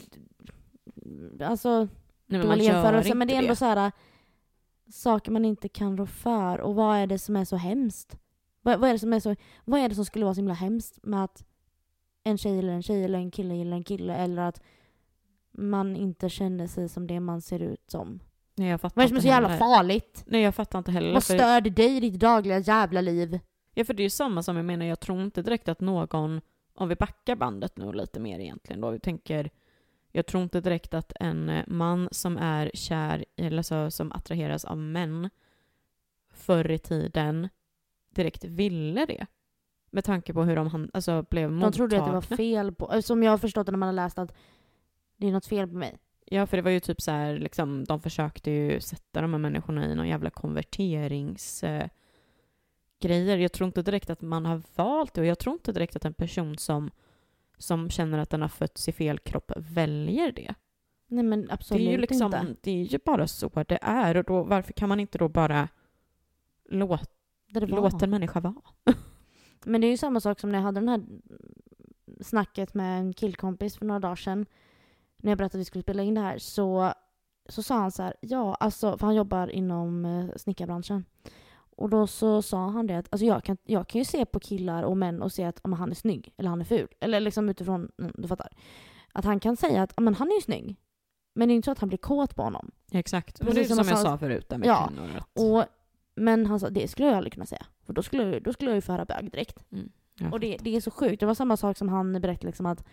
Speaker 2: Nej, men
Speaker 1: dålig jämförelse, men det är ändå
Speaker 2: det.
Speaker 1: så här saker man inte kan rå för. Och vad är det som är så hemskt? Vad är det som skulle vara så himla hemskt med att en tjej eller en kille gillar en kille, eller att man inte känner sig som det man ser ut som?
Speaker 2: Nej, jag fattar
Speaker 1: Vad är det som är så jävla farligt?
Speaker 2: Nej, jag fattar inte heller.
Speaker 1: Vad stör det dig i ditt dagliga jävla liv?
Speaker 2: Ja, för det är ju samma som jag menar, jag tror inte direkt att någon, om vi backar bandet nu lite mer egentligen då, vi tänker, jag tror inte direkt att en man som är kär, eller så, som attraheras av män förr i tiden direkt ville det. Med tanke på hur de blev mottagna.
Speaker 1: De trodde att det var fel på, som jag har förstått det när man har läst, att det är något fel på mig.
Speaker 2: Ja, för det var ju typ så här, liksom, de försökte ju sätta de här människorna i någon jävla konverteringsgrejer. Jag tror inte direkt att man har valt det, och jag tror inte direkt att en person som känner att den har fötts i fel kropp väljer det.
Speaker 1: Nej, men absolut
Speaker 2: det är ju liksom,
Speaker 1: inte.
Speaker 2: Det är ju bara så det är, och då, varför kan man inte då bara låta en människa vara?
Speaker 1: Men det är ju samma sak som när jag hade den här snacket med en killkompis för några dagar sedan. När jag berättade att vi skulle spela in det här, så sa han så här, ja, alltså, för han jobbar inom snickarbranschen. Och då så sa han det att alltså jag kan ju se på killar och män och se att han är snygg eller han är ful. Eller liksom utifrån, du fattar. Att han kan säga att men han är ju snygg. Men det är inte så att han blir kåt på honom.
Speaker 2: Exakt, och det är som jag sa förut där med kvinnor.
Speaker 1: Men han sa, det skulle jag aldrig kunna säga. För då skulle jag ju föra bög direkt. Och det är så sjukt. Det var samma sak som han berättade liksom att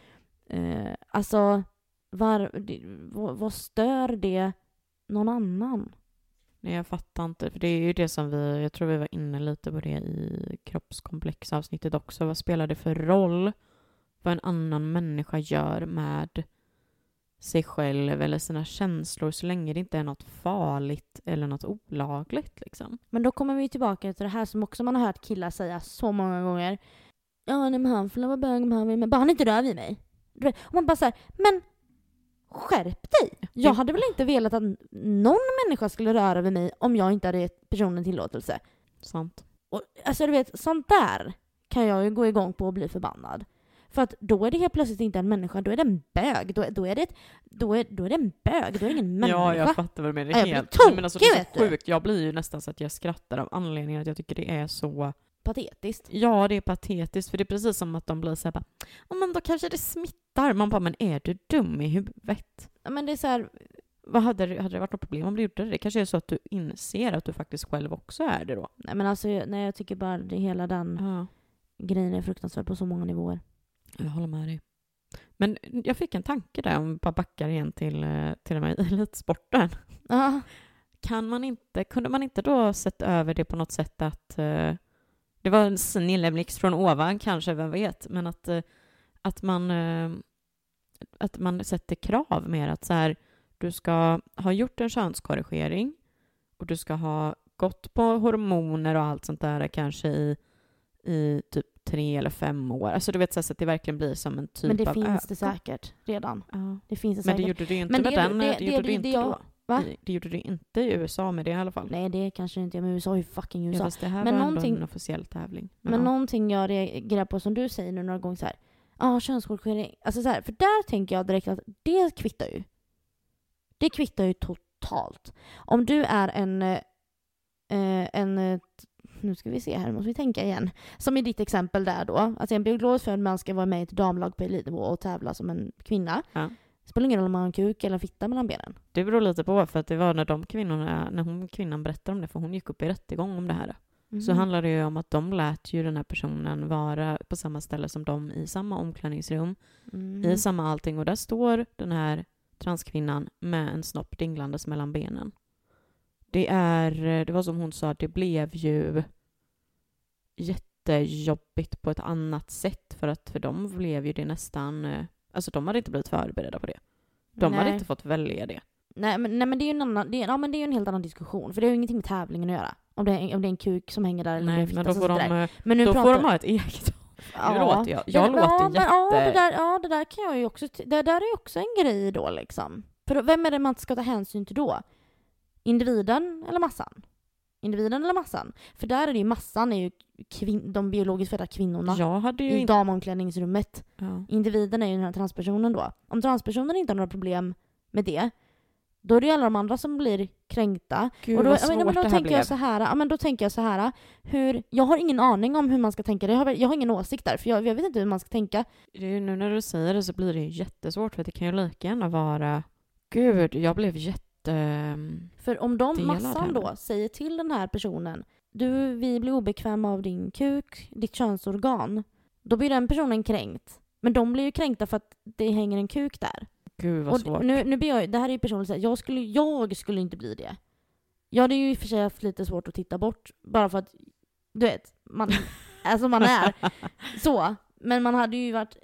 Speaker 1: vad stör det någon annan?
Speaker 2: Nej, jag fattar inte. För det är ju det som jag tror vi var inne lite på det i kroppskomplexavsnittet också. Vad spelar det för roll vad en annan människa gör med sig själv eller sina känslor, så länge det inte är något farligt eller något olagligt liksom.
Speaker 1: Men då kommer vi tillbaka till det här som också man har hört killar säga så många gånger. Ja, nej, men han får vara bög, men bara han inte rör vid mig. Och man bara så här, men skärp dig! Jag hade väl inte velat att någon människa skulle röra vid mig om jag inte hade gett personen tillåtelse.
Speaker 2: Sant.
Speaker 1: Och alltså du vet, sånt där kan jag ju gå igång på och bli förbannad. För att då är det helt plötsligt inte en människa, då är det en bög. Då är det en bög, då är det ingen människa.
Speaker 2: Ja, jag fattar vad du menar. Helt. Men alltså, det är så sjukt. Jag blir ju nästan så att jag skrattar av anledningen att jag tycker det är så
Speaker 1: patetiskt.
Speaker 2: Ja, det är patetiskt. För det är precis som att de blir så här bara, men då kanske det smittar. Man bara, men är du dum i huvudet?
Speaker 1: Ja, men det är så här,
Speaker 2: hade det varit något problem om du gjorde det? Det kanske är så att du inser att du faktiskt själv också är det då.
Speaker 1: Nej, men alltså, nej, jag tycker bara det hela den grejen är fruktansvärd på så många nivåer.
Speaker 2: Jag håller med dig. Men jag fick en tanke där, om vi bara backar igen till de här elitsporten. Kunde man inte då sätta över det på något sätt att det var en snilleblixt från ovan kanske, vem vet, men att man sätter krav mer att så här, du ska ha gjort en könskorrigering och du ska ha gått på hormoner och allt sånt där kanske i typ 3 eller 5 år. Alltså du vet så att det verkligen blir som en typ av...
Speaker 1: Men det finns det säkert redan.
Speaker 2: Ja.
Speaker 1: Det finns det
Speaker 2: men
Speaker 1: säkert.
Speaker 2: det gjorde du inte med den. Det gjorde du inte då. Va? Det gjorde du inte i USA med det i alla fall.
Speaker 1: Nej, det kanske inte. Men USA är ju fucking USA.
Speaker 2: Ja, det här men var ändå en officiell tävling.
Speaker 1: Men någonting jag reagerar på som du säger nu några gånger så här. Könskorrigering. Alltså så här, för där tänker jag direkt att det kvittar ju. Det kvittar ju totalt. Om du är en nu ska vi se här, måste vi tänka igen. Som i ditt exempel där då. Alltså en biologiskt född man ska vara med i ett damlag på elitnivå och tävla som en kvinna. Ja. Det spelar ingen roll om man har en kuk eller en fitta mellan benen. Det
Speaker 2: beror lite på, för att det var när kvinnan berättade om det, för hon gick upp i rättegång om det här. Så handlar det ju om att de lät ju den här personen vara på samma ställe som de i samma omklädningsrum, i samma allting. Och där står den här transkvinnan med en snopp dinglandes mellan benen. Det var som hon sa, det blev ju jättejobbigt på ett annat sätt, för dem blev ju det nästan, alltså de hade inte blivit förberedda på det. De hade inte fått välja det.
Speaker 1: Nej men det är ju en annan, det är ju en helt annan diskussion, för det har ju ingenting med tävlingen att göra. Om det är en kuk som hänger där eller
Speaker 2: nej, men då får de ha ett eget.
Speaker 1: Ja,
Speaker 2: jag låter
Speaker 1: det där kan jag ju också, det där är ju också en grej då liksom. För vem är det man ska ta hänsyn till då? Individen eller massan? Individen eller massan? För där är det ju massan, är ju de biologiskt födda kvinnorna i damomklädningsrummet. Ja. Individen är ju den här transpersonen då. Om transpersonen inte har några problem med det, då är det ju alla de andra som blir kränkta.
Speaker 2: Gud,
Speaker 1: och då,
Speaker 2: vad svårt
Speaker 1: då tänker jag så här, då tänker jag så här, jag har ingen aning om hur man ska tänka. Jag har ingen åsikt där, för jag vet inte hur man ska tänka.
Speaker 2: Det är ju, nu när du säger det så blir det ju jättesvårt, för det kan ju lika gärna vara gud, jag blev
Speaker 1: för om de massan då säger till den här personen, vi blir obekväma av din kuk, ditt könsorgan, då blir den personen kränkt. Men de blir ju kränkta för att det hänger en kuk där.
Speaker 2: Gud vad svårt.
Speaker 1: Nu blir jag, det här är ju personen så här, jag skulle inte bli det. Jag hade ju i och för sig haft lite svårt att titta bort, bara för att du vet, man är så. Men man hade ju varit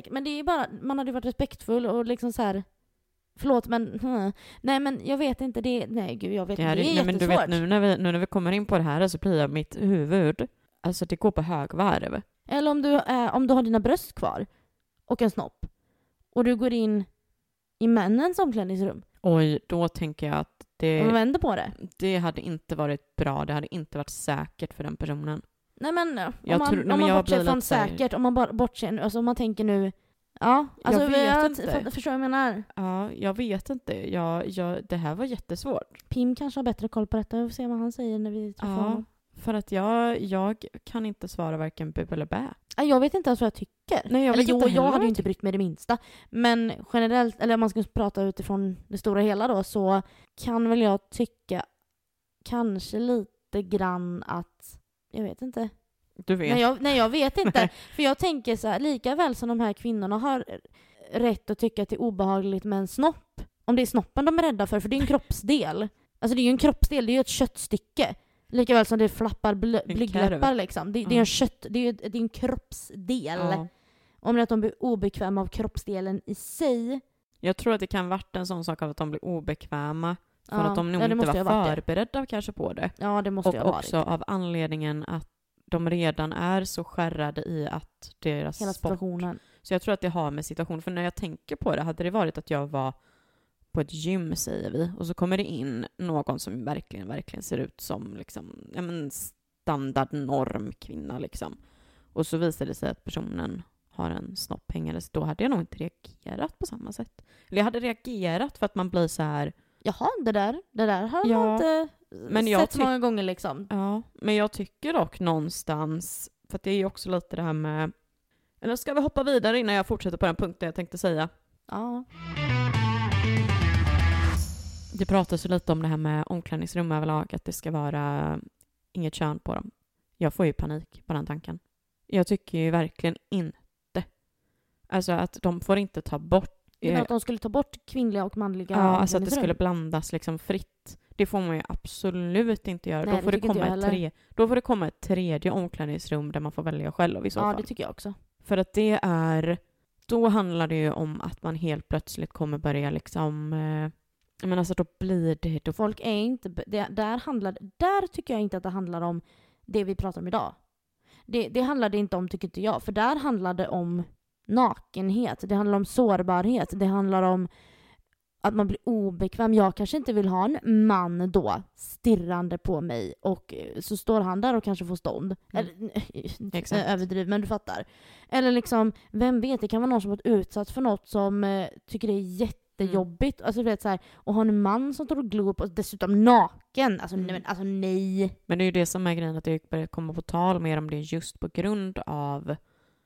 Speaker 1: man hade ju varit respektfull och liksom så här. Förlåt, men nej, men jag vet inte det. Nej, gud, jag vet inte. Det är jättesvårt. Men du vet,
Speaker 2: nu när vi kommer in på det här så blir jag mitt huvud, alltså det går på högvarv.
Speaker 1: Eller om du har dina bröst kvar och en snopp och du går in i männens omklädningsrum.
Speaker 2: Oj, då tänker jag att
Speaker 1: om man vänder på det.
Speaker 2: Det hade inte varit bra. Det hade inte varit säkert för den personen.
Speaker 1: Nej, men om man bortser från säkert, om man bara bortser, alltså om man tänker nu. Ja, alltså
Speaker 2: jag vet inte.
Speaker 1: Förstår vad jag menar?
Speaker 2: Ja, jag vet inte. Det här var jättesvårt.
Speaker 1: Pim kanske har bättre koll på detta. Vi får se vad han säger när vi träffar honom.
Speaker 2: För att jag kan inte svara varken bu eller bä.
Speaker 1: Jag vet inte ens vad jag tycker.
Speaker 2: Nej,
Speaker 1: jag hade ju inte brytt mig det minsta. Men generellt, eller om man ska prata utifrån det stora hela då, så kan väl jag tycka kanske lite grann att, jag vet inte.
Speaker 2: Du vet.
Speaker 1: Nej, jag vet inte. För jag tänker så här, lika väl som de här kvinnorna har rätt att tycka att det är obehagligt med en snopp. Om det är snoppen de är rädda för det är en kroppsdel. Alltså det är ju en kroppsdel, det är ju ett köttstycke. Lika väl som det flappar blygdläppar liksom. Det är en det är en kroppsdel. Ja. Om det är att de blir obekväma av kroppsdelen i sig.
Speaker 2: Jag tror att det kan varit en sån sak av att de blir obekväma. För att de nog inte var förberedda kanske på det.
Speaker 1: Ja, det måste jag ha varit.
Speaker 2: Och också av anledningen att de redan är så skärrade i att deras
Speaker 1: hela situationen.
Speaker 2: Så jag tror att det har med situationen. För när jag tänker på det, hade det varit att jag var på ett gym, säger vi, och så kommer det in någon som verkligen ser ut som liksom, standard normkvinna liksom. Och så visar det sig att personen har en snopp hängandes, då hade jag nog inte reagerat på samma sätt. Eller jag hade reagerat för att man blir så här. Jaha,
Speaker 1: det där har man inte sett många gånger liksom.
Speaker 2: Ja, men jag tycker dock någonstans, för att det är ju också lite det här med, eller ska vi hoppa vidare innan jag fortsätter på den punkten jag tänkte säga?
Speaker 1: Ja.
Speaker 2: Det pratas ju lite om det här med omklädningsrum överlag, att det ska vara inget kön på dem. Jag får ju panik på den tanken. Jag tycker ju verkligen inte. Alltså att de får inte ta bort...
Speaker 1: Men att de skulle ta bort kvinnliga och manliga
Speaker 2: Ja, alltså att det
Speaker 1: omklädningsrum.
Speaker 2: skulle blandas liksom fritt. Det får man ju absolut inte göra.
Speaker 1: Nej,
Speaker 2: Då får
Speaker 1: det
Speaker 2: det,
Speaker 1: tycker inte
Speaker 2: komma
Speaker 1: jag heller.
Speaker 2: då får det komma ett tredje omklädningsrum där man får välja själv i så
Speaker 1: Ja,
Speaker 2: fall.
Speaker 1: det tycker jag också.
Speaker 2: För att det är... Då handlar det ju om att man helt plötsligt kommer börja liksom... men alltså då blir det... Då
Speaker 1: Folk är inte... Där tycker jag inte att det handlar om det vi pratar om idag. Det handlar det inte om, tycker inte jag. För där handlar det om nakenhet. Det handlar om sårbarhet. Det handlar om att man blir obekväm. Jag kanske inte vill ha en man då stirrande på mig och så står han där och kanske får stånd.
Speaker 2: Exakt.
Speaker 1: Överdriv, men du fattar. Eller liksom, vem vet, det kan vara någon som varit utsatt för något som tycker det är jättejobbigt. Alltså du vet så här, och ha en man som står och glor på, dessutom naken. Alltså, nej.
Speaker 2: Men det är ju det som är grejen, att det börjar komma på tal mer om det just på grund av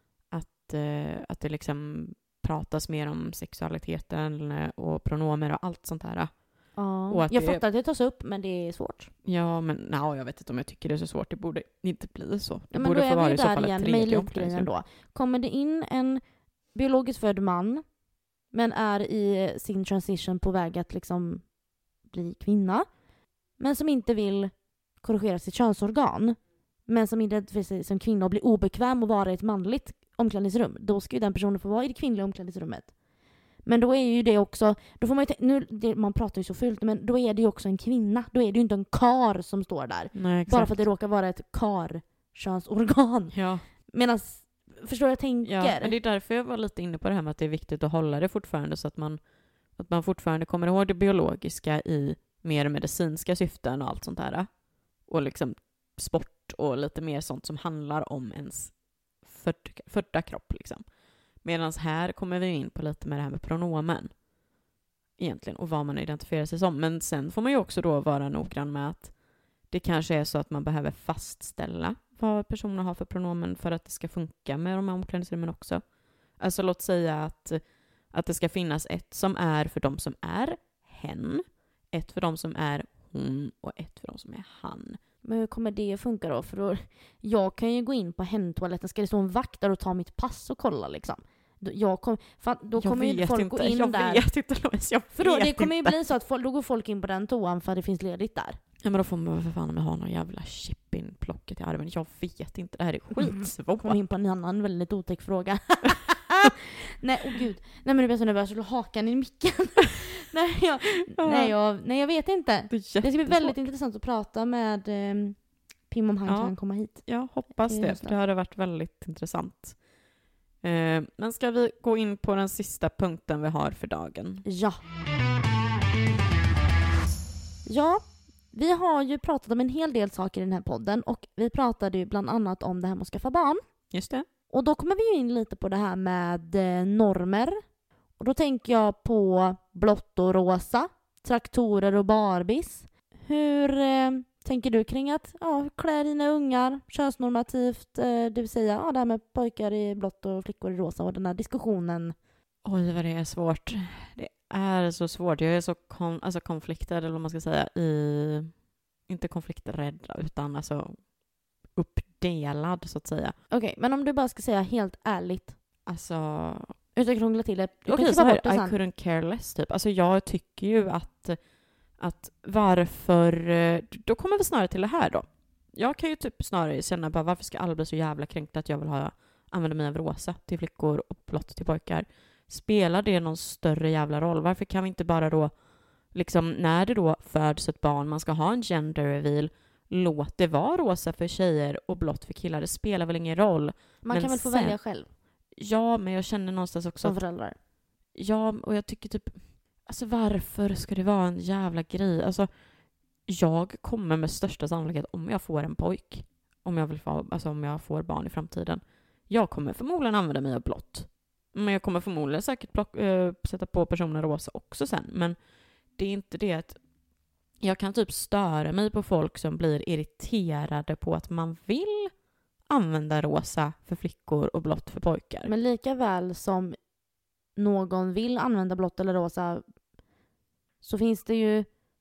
Speaker 2: att det liksom pratas mer om sexualiteten och pronomer och allt sånt här.
Speaker 1: Ja.
Speaker 2: Och att
Speaker 1: Jag fattar att det tas upp, men det är svårt.
Speaker 2: Ja, men jag vet inte om jag tycker det är så svårt. Det borde inte bli så. Det
Speaker 1: Ja, men
Speaker 2: borde
Speaker 1: då
Speaker 2: få
Speaker 1: är
Speaker 2: vara
Speaker 1: vi
Speaker 2: i så
Speaker 1: där
Speaker 2: fall ett
Speaker 1: igen med
Speaker 2: tredje
Speaker 1: elitgrejen då. Kommer det in en biologiskt född man men är i sin transition på väg att liksom bli kvinna, men som inte vill korrigera sitt könsorgan, men som identifierar sig som kvinna och blir obekväm att vara i ett manligt omklädningsrum, då ska ju den personen få vara i det kvinnliga omklädningsrummet. Men då är ju det också, då får man ju man pratar ju så fult, men då är det ju också en kvinna. Då är det ju inte en kar som står där.
Speaker 2: Nej, exakt.
Speaker 1: Bara för att det råkar vara ett könsorgan.
Speaker 2: Ja.
Speaker 1: Medan, förstår du vad jag tänker?
Speaker 2: Ja, men det är därför jag var lite inne på det här med att det är viktigt att hålla det fortfarande, så att man fortfarande kommer ihåg det biologiska i mer medicinska syften och allt sånt där. Och liksom sport och lite mer sånt som handlar om ens födda kropp liksom. Medan här kommer vi in på lite med det här med pronomen egentligen och vad man identifierar sig som. Men sen får man ju också då vara noggrann med att det kanske är så att man behöver fastställa vad personer har för pronomen för att det ska funka med de här omklädningsrummen också. Alltså låt säga att det ska finnas ett som är för de som är hen, ett för de som är hon och ett för de som är han.
Speaker 1: Men hur kommer det funka då? För då, jag kan ju gå in på hemtoaletten. Ska det stå en vakt där och ta mitt pass och kolla liksom? Då kommer ju folk gå in där.
Speaker 2: Jag vet inte, Louise.
Speaker 1: För då, det kommer ju bli så att då går folk in på den toan för att det finns ledigt där.
Speaker 2: Ja, men då får man för fan med ha någon jävla chip in plocket i armen. Jag vet inte, det här är skitsvårt.
Speaker 1: Kom in på en annan väldigt otäck fråga. Nej, gud. Nej, men det blir så nervös. Jag slår hakan i micken. Nej, jag vet inte. Det ska bli väldigt intressant att prata med Pim om han kan komma hit.
Speaker 2: Jag hoppas det. Det hade varit väldigt intressant. Men ska vi gå in på den sista punkten vi har för dagen?
Speaker 1: Ja, vi har ju pratat om en hel del saker i den här podden och vi pratade ju bland annat om det här med att skaffa barn.
Speaker 2: Just det.
Speaker 1: Och då kommer vi ju in lite på det här med normer. Och då tänker jag på blått och rosa, traktorer och Barbies. Hur tänker du kring att klä dina ungar könsnormativt, det vill säga det här med pojkar i blått och flickor i rosa och den här diskussionen?
Speaker 2: Oj, vad det är svårt. Det är så svårt. Jag är så konfliktad, eller vad man ska säga, inte konflikträdd, utan alltså uppdelad så att säga.
Speaker 1: Okej, men om du bara ska säga helt ärligt.
Speaker 2: Alltså...
Speaker 1: Utan att krångla till det.
Speaker 2: Okej, så här, I couldn't care less typ. Alltså jag tycker ju att varför... Då kommer vi snarare till det här då. Jag kan ju typ snarare känna bara, varför ska alla bli så jävla kränkta att jag vill använda mig av rosa till flickor och blått till pojkar? Spelar det någon större jävla roll? Varför kan vi inte bara då, liksom när det då föds ett barn, man ska ha en gender reveal, låt det vara rosa för tjejer och blått för killar. Det spelar väl ingen roll.
Speaker 1: Man kan väl få välja själv?
Speaker 2: Ja, men jag känner någonstans också...
Speaker 1: Som föräldrar?
Speaker 2: Ja, och jag tycker typ... Alltså varför ska det vara en jävla grej? Alltså, jag kommer med största sannolikhet, om jag får en pojk, om jag får barn i framtiden, jag kommer förmodligen använda mig av blått. Men jag kommer förmodligen säkert sätta på personen rosa också sen. Men det är inte det att... Jag kan typ störa mig på folk som blir irriterade på att man vill använda rosa för flickor och blått för pojkar.
Speaker 1: Men lika väl som någon vill använda blått eller rosa, så finns det ju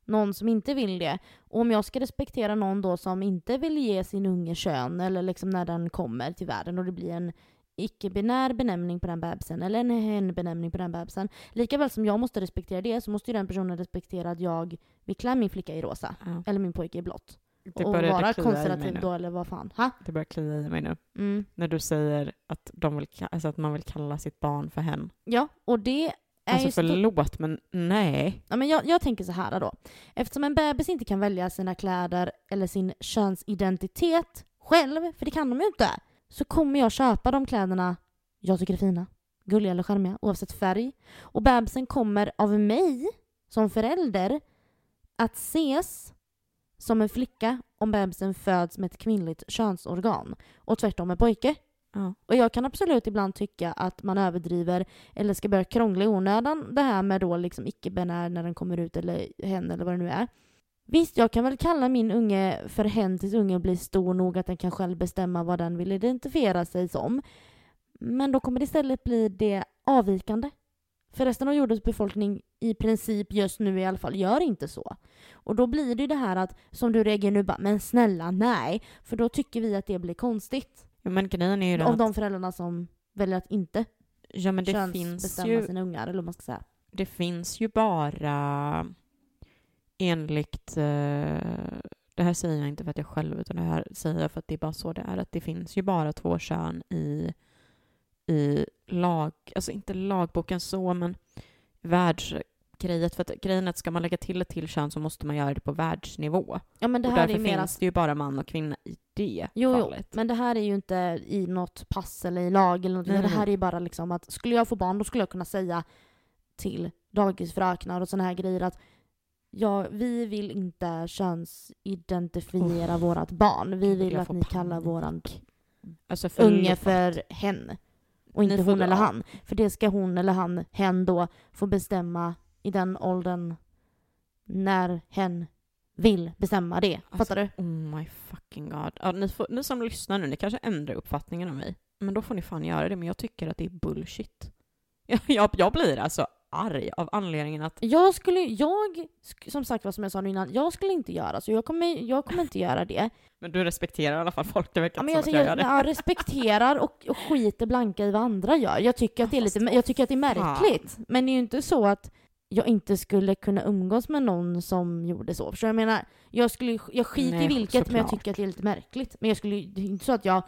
Speaker 1: någon som inte vill det. Och om jag ska respektera någon då som inte vill ge sin unge kön eller liksom när den kommer till världen och det blir en icke-binär benämning på den bebisen eller en hen-benämning på den bebisen. Likaväl som jag måste respektera det så måste ju den personen respektera att jag vill klä min flicka i rosa eller min pojke i blått.
Speaker 2: Det
Speaker 1: och vara konservativ då eller vad fan. Ha?
Speaker 2: Det börjar klia i mig nu. När du säger att, att man vill kalla sitt barn för hen.
Speaker 1: Ja, och det är
Speaker 2: alltså
Speaker 1: ju
Speaker 2: förlåt, men nej.
Speaker 1: Ja, men jag tänker så här då. Eftersom en bebis inte kan välja sina kläder eller sin könsidentitet själv, för det kan de ju inte, så kommer jag köpa de kläderna jag tycker är fina, gulliga eller charmiga, oavsett färg. Och bebisen kommer av mig som förälder att ses som en flicka om bebisen föds med ett kvinnligt könsorgan och tvärtom med pojke.
Speaker 2: Ja.
Speaker 1: Och jag kan absolut ibland tycka att man överdriver eller ska börja krångla i onödan det här med då liksom icke-binär när den kommer ut eller hen eller vad det nu är. Visst, jag kan väl kalla min unge för hen tills ungen blir stor nog att den kan själv bestämma vad den vill identifiera sig som. Men då kommer det istället bli det avvikande. För resten av jordens befolkning i princip just nu i alla fall gör inte så. Och då blir det här att, som du reagerar nu bara, men snälla nej. För då tycker vi att det blir konstigt.
Speaker 2: Ja, men grejen är ju
Speaker 1: av de föräldrarna som väljer att inte
Speaker 2: men det finns
Speaker 1: bestämma
Speaker 2: ju,
Speaker 1: sina ungar, eller vad man ska säga.
Speaker 2: Det finns ju bara enligt, det här säger jag inte för att jag själv, utan det här säger jag för att det är bara så det är, att det finns ju bara 2 kön i lag, alltså inte lagboken så, men världsgrejet, för att grejen är att ska man lägga till ett till kön så måste man göra det på världsnivå. Ja, men det här och därför är finns det ju bara man och kvinna i det fallet.
Speaker 1: Men det här är ju inte i något pass eller i lag eller något. Det här är ju bara liksom att skulle jag få barn, då skulle jag kunna säga till dagisfröknar och såna här grejer att vi vill inte könsidentifiera vårat barn. Vi vill att ni kallar våran unge för hen. Och inte hon eller han. För det ska hon eller hen då få bestämma i den åldern när hen vill bestämma det. Fattar du?
Speaker 2: Oh my fucking god. Ja, ni som lyssnar nu, ni kanske ändrar uppfattningen om mig. Men då får ni fan göra det. Men jag tycker att det är bullshit. Jag blir alltså arg av anledningen att...
Speaker 1: som sagt vad som jag sa nu innan, jag skulle inte göra så. Jag kommer inte göra det.
Speaker 2: Men du respekterar i alla fall folk, det verkar
Speaker 1: som
Speaker 2: att jag gör det.
Speaker 1: Jag respekterar och skiter blanka i vad andra gör. Jag tycker att det är märkligt. Fan. Men det är ju inte så att jag inte skulle kunna umgås med någon som gjorde så. För jag menar, jag skiter i vilket, såklart. Men jag tycker att det är lite märkligt. Men det är inte så att jag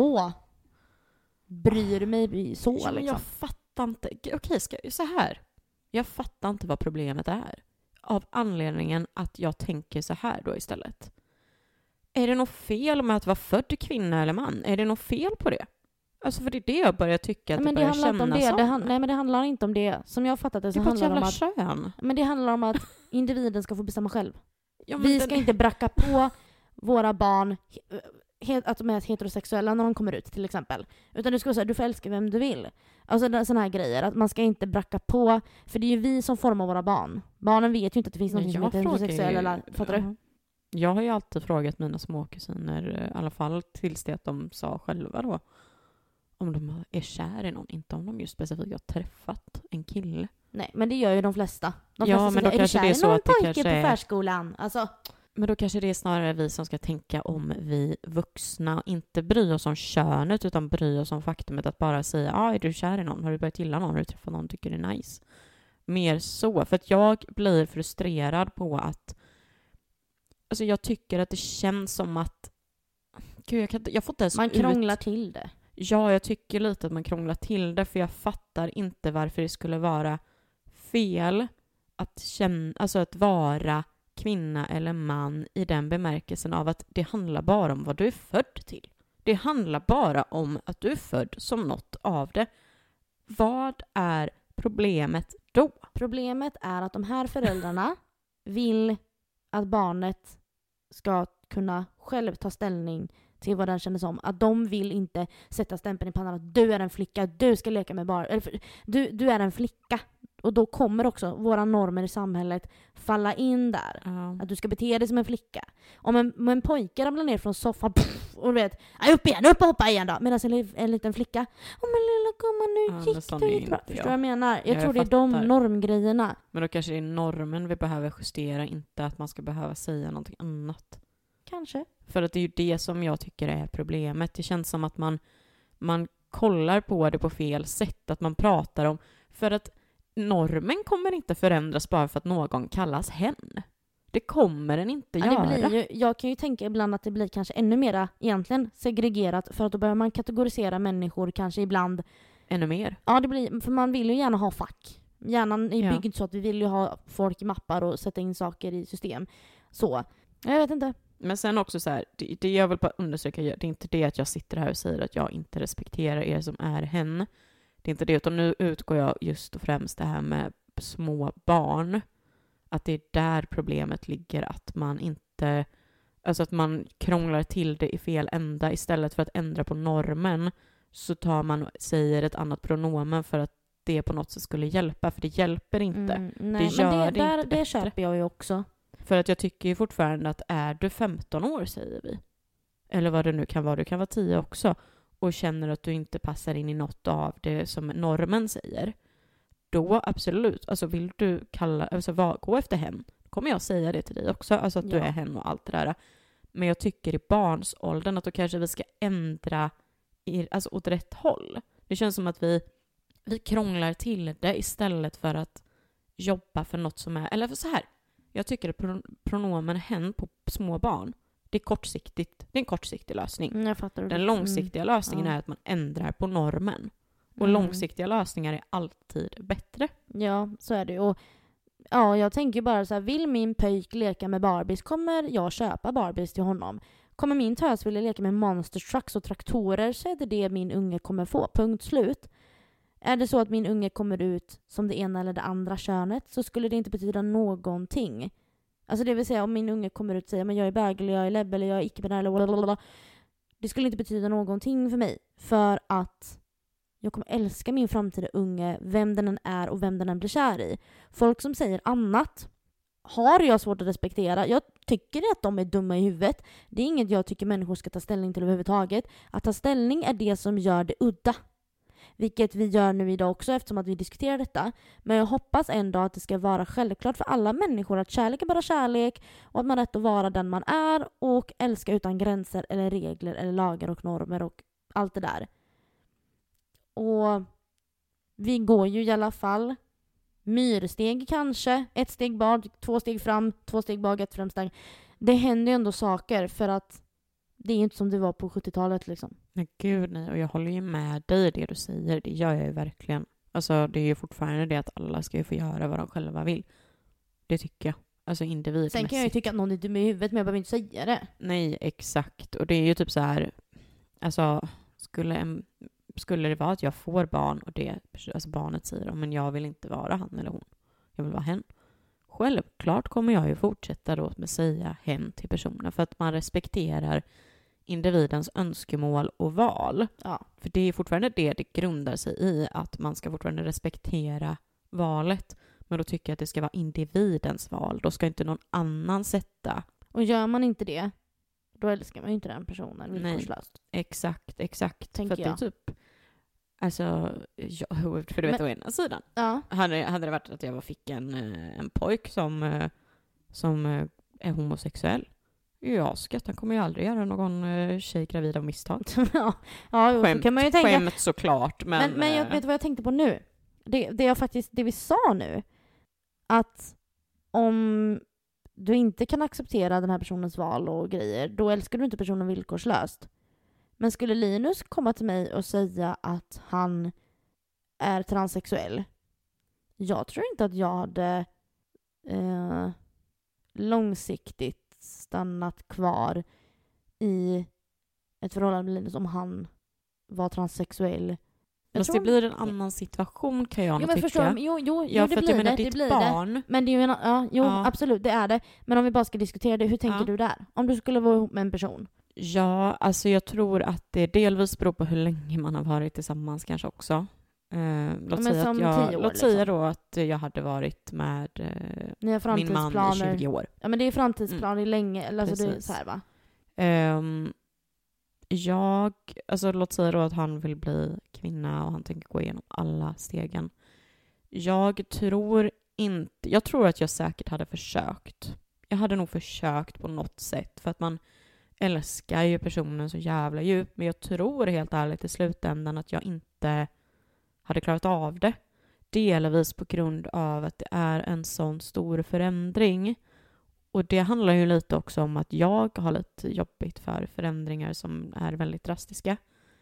Speaker 1: bryr mig så.
Speaker 2: Ja, liksom. Jag fattar inte. Okej, så här. Jag fattar inte vad problemet är. Av anledningen att jag tänker så här då istället. Är det något fel med att vara född kvinna eller man? Är det något fel på det? Alltså för det är det jag börjar tycka att
Speaker 1: men
Speaker 2: det börjar kännas som.
Speaker 1: Nej, men det handlar inte om det. Som jag har fattat det så handlar det om att...
Speaker 2: kön.
Speaker 1: Men det handlar om att individen ska få bestämma själv. Ja, vi ska inte bracka på våra barn att de är heterosexuella när de kommer ut till exempel. Utan du ska säga, du får älska vem du vill. Alltså sådana här grejer. Att man ska inte bracka på. För det är ju vi som formar våra barn. Barnen vet ju inte att det finns något som heter heterosexuell. Eller, fattar du?
Speaker 2: Jag har ju alltid frågat mina småkusiner, i alla fall tills det att de sa själva då, om de är kär i någon, inte om de just specifikt har träffat en kille.
Speaker 1: Nej, men det gör ju de flesta.
Speaker 2: Men då kanske det är så att det kanske
Speaker 1: är på förskolan. Alltså.
Speaker 2: Men då kanske det är snarare vi som ska tänka om vi vuxna, inte bry oss om könet utan bry oss om faktumet att bara säga, är du kär i någon? Har du börjat gilla någon? Har du träffat någon? Tycker det är nice? Mer så, för att jag blir frustrerad på att alltså jag tycker att det känns som att jag får inte ens
Speaker 1: man krånglar till det.
Speaker 2: Ja, jag tycker lite att man krånglar till det, för jag fattar inte varför det skulle vara fel att vara kvinna eller man i den bemärkelsen av att det handlar bara om vad du är född till. Det handlar bara om att du är född som något av det. Vad är problemet då?
Speaker 1: Problemet är att de här föräldrarna vill att barnet ska kunna själv ta ställning till vad den känner som. Att de vill inte sätta stämpeln i pannan att du är en flicka, du ska leka med barn. Eller, du är en flicka. Och då kommer också våra normer i samhället falla in där. Att du ska bete dig som en flicka. Om en pojke ramlar ner från soffan och du vet, upp igen, upp och hoppa igen då. Medan en liten flicka, men lilla gumman, nu gick det ju bra. Förstår du vad jag menar? Jag tror det är de normgrejerna.
Speaker 2: Men då kanske det är normen vi behöver justera, inte att man ska behöva säga någonting annat.
Speaker 1: Kanske.
Speaker 2: För att det är ju det som jag tycker är problemet. Det känns som att man kollar på det på fel sätt. Att man pratar om... För att normen kommer inte förändras bara för att någon kallas hen. Det kommer den inte göra.
Speaker 1: Det blir ju, jag kan ju tänka ibland att det blir kanske ännu mera egentligen segregerat. För att då börjar man kategorisera människor kanske ibland.
Speaker 2: Ännu mer?
Speaker 1: Ja, det blir, för man vill ju gärna ha fack. Hjärnan är ju byggd så att vi vill ju ha folk i mappar och sätta in saker i system. Så, jag vet inte.
Speaker 2: Men sen också så här, det jag vill bara undersöka, det är inte det att jag sitter här och säger att jag inte respekterar er som är hen. Det är inte det, utan nu utgår jag just och främst det här med små barn. Att det är där problemet ligger, att man inte, alltså att man krånglar till det i fel ända. Istället för att ändra på normen så tar man och säger ett annat pronomen för att det på något sätt skulle hjälpa, för det hjälper inte.
Speaker 1: Nej,
Speaker 2: det gör
Speaker 1: men
Speaker 2: det inte bättre.
Speaker 1: Det köper jag ju också.
Speaker 2: För att jag tycker ju fortfarande att är du 15 år, säger vi, eller vad det nu kan vara, du kan vara 10 också, och känner att du inte passar in i något av det som normen säger, då absolut, alltså vill du gå efter hen, kommer jag säga det till dig också, alltså att du är hen och allt det där. Men jag tycker i barnsåldern att då kanske vi ska ändra alltså åt rätt håll. Det känns som att vi krånglar till det istället för att jobba för något som är, eller för så här. Jag tycker att pronomen hen på små barn, det är kortsiktigt. Det är en kortsiktig lösning.
Speaker 1: Jag fattar.
Speaker 2: Den långsiktiga lösningen är att man ändrar på normen. Och långsiktiga lösningar är alltid bättre. Ja,
Speaker 1: så är det. Och ja, jag tänker bara så här, vill min pöjk leka med Barbies, kommer jag köpa Barbies till honom. Kommer min tös vilja leka med monster trucks och traktorer, så är det min unge kommer få. Punkt slut. Är det så att min unge kommer ut som det ena eller det andra könet, så skulle det inte betyda någonting. Alltså det vill säga, om min unge kommer ut och säger men jag är bög eller jag är lebb eller jag är icke-binär eller blablabla, det skulle inte betyda någonting för mig. För att jag kommer älska min framtida unge, vem den än är och vem den än blir kär i. Folk som säger annat har jag svårt att respektera. Jag tycker att de är dumma i huvudet. Det är inget jag tycker människor ska ta ställning till överhuvudtaget. Att ta ställning är det som gör det udda. Vilket vi gör nu idag också, eftersom att vi diskuterar detta. Men jag hoppas ändå att det ska vara självklart för alla människor att kärlek är bara kärlek. Och att man har rätt att vara den man är och älska utan gränser eller regler eller lagar och normer och allt det där. Och vi går ju i alla fall myrsteg kanske. 1 steg bak, 2 steg fram, 2 steg bak, 1 framsteg. Det händer ju ändå saker, för att det är inte som det var på 70-talet liksom.
Speaker 2: Nej, gud nej. Och jag håller ju med dig i det du säger. Det gör jag ju verkligen. Alltså det är ju fortfarande det att alla ska ju få göra vad de själva vill. Det tycker jag. Alltså individmässigt.
Speaker 1: Sen kan jag ju tycka att någon är dum i huvudet, men jag behöver inte säga det.
Speaker 2: Nej, exakt. Och det är ju typ så här, alltså skulle det vara att jag får barn och det, alltså barnet säger men jag vill inte vara han eller hon. Jag vill vara hen. Självklart kommer jag ju fortsätta då med att säga hen till personen, för att man respekterar individens önskemål och val.
Speaker 1: Ja.
Speaker 2: För det är fortfarande det grundar sig i, att man ska fortfarande respektera valet. Men då tycker jag att det ska vara individens val. Då ska inte någon annan sätta.
Speaker 1: Och gör man inte det, då älskar man ju inte den personen villkorslöst.
Speaker 2: Exakt.
Speaker 1: Tänker
Speaker 2: för att det är typ, alltså, för du vet å ena sidan.
Speaker 1: Ja.
Speaker 2: Hade det varit att jag fick en pojk som är homosexuell, jag skrattar, kommer ju aldrig göra någon tjej gravid av misstag.
Speaker 1: Skämt, kan man ju tänka.
Speaker 2: Skämt såklart. Men
Speaker 1: jag vet vad jag tänkte på nu. Det vi sa nu, att om du inte kan acceptera den här personens val och grejer, då älskar du inte personen villkorslöst. Men skulle Linus komma till mig och säga att han är transsexuell, jag tror inte att jag hade långsiktigt stannat kvar i ett förhållande med Linus om han var transsexuell.
Speaker 2: Fast det blir en annan situation, kan jag nog tycka.
Speaker 1: Förstår, det blir det.
Speaker 2: Ditt barn.
Speaker 1: Men det är ju absolut, det är det. Men om vi bara ska diskutera det, hur tänker du där? Om du skulle vara ihop med en person.
Speaker 2: Ja, alltså jag tror att det delvis beror på hur länge man har varit tillsammans kanske också. Låt säga att
Speaker 1: 10 år,
Speaker 2: låt säga
Speaker 1: liksom.
Speaker 2: då att jag hade varit med
Speaker 1: Ni har
Speaker 2: min man i
Speaker 1: framtidsplaner.
Speaker 2: 20 år.
Speaker 1: Ja, men det är framtidsplaner länge. Eller alltså det är
Speaker 2: Precis.
Speaker 1: så här, va?
Speaker 2: Alltså låt säga då att han vill bli kvinna och han tänker gå igenom alla stegen. Jag tror att jag säkert hade försökt. Jag hade nog försökt på något sätt för att man älskar ju personen så jävla djupt, men jag tror helt ärligt i slutändan att jag inte hade klarat av det. Delvis på grund av att det är en sån stor förändring. Och det handlar ju lite också om att jag har lite jobbigt för förändringar som är väldigt drastiska.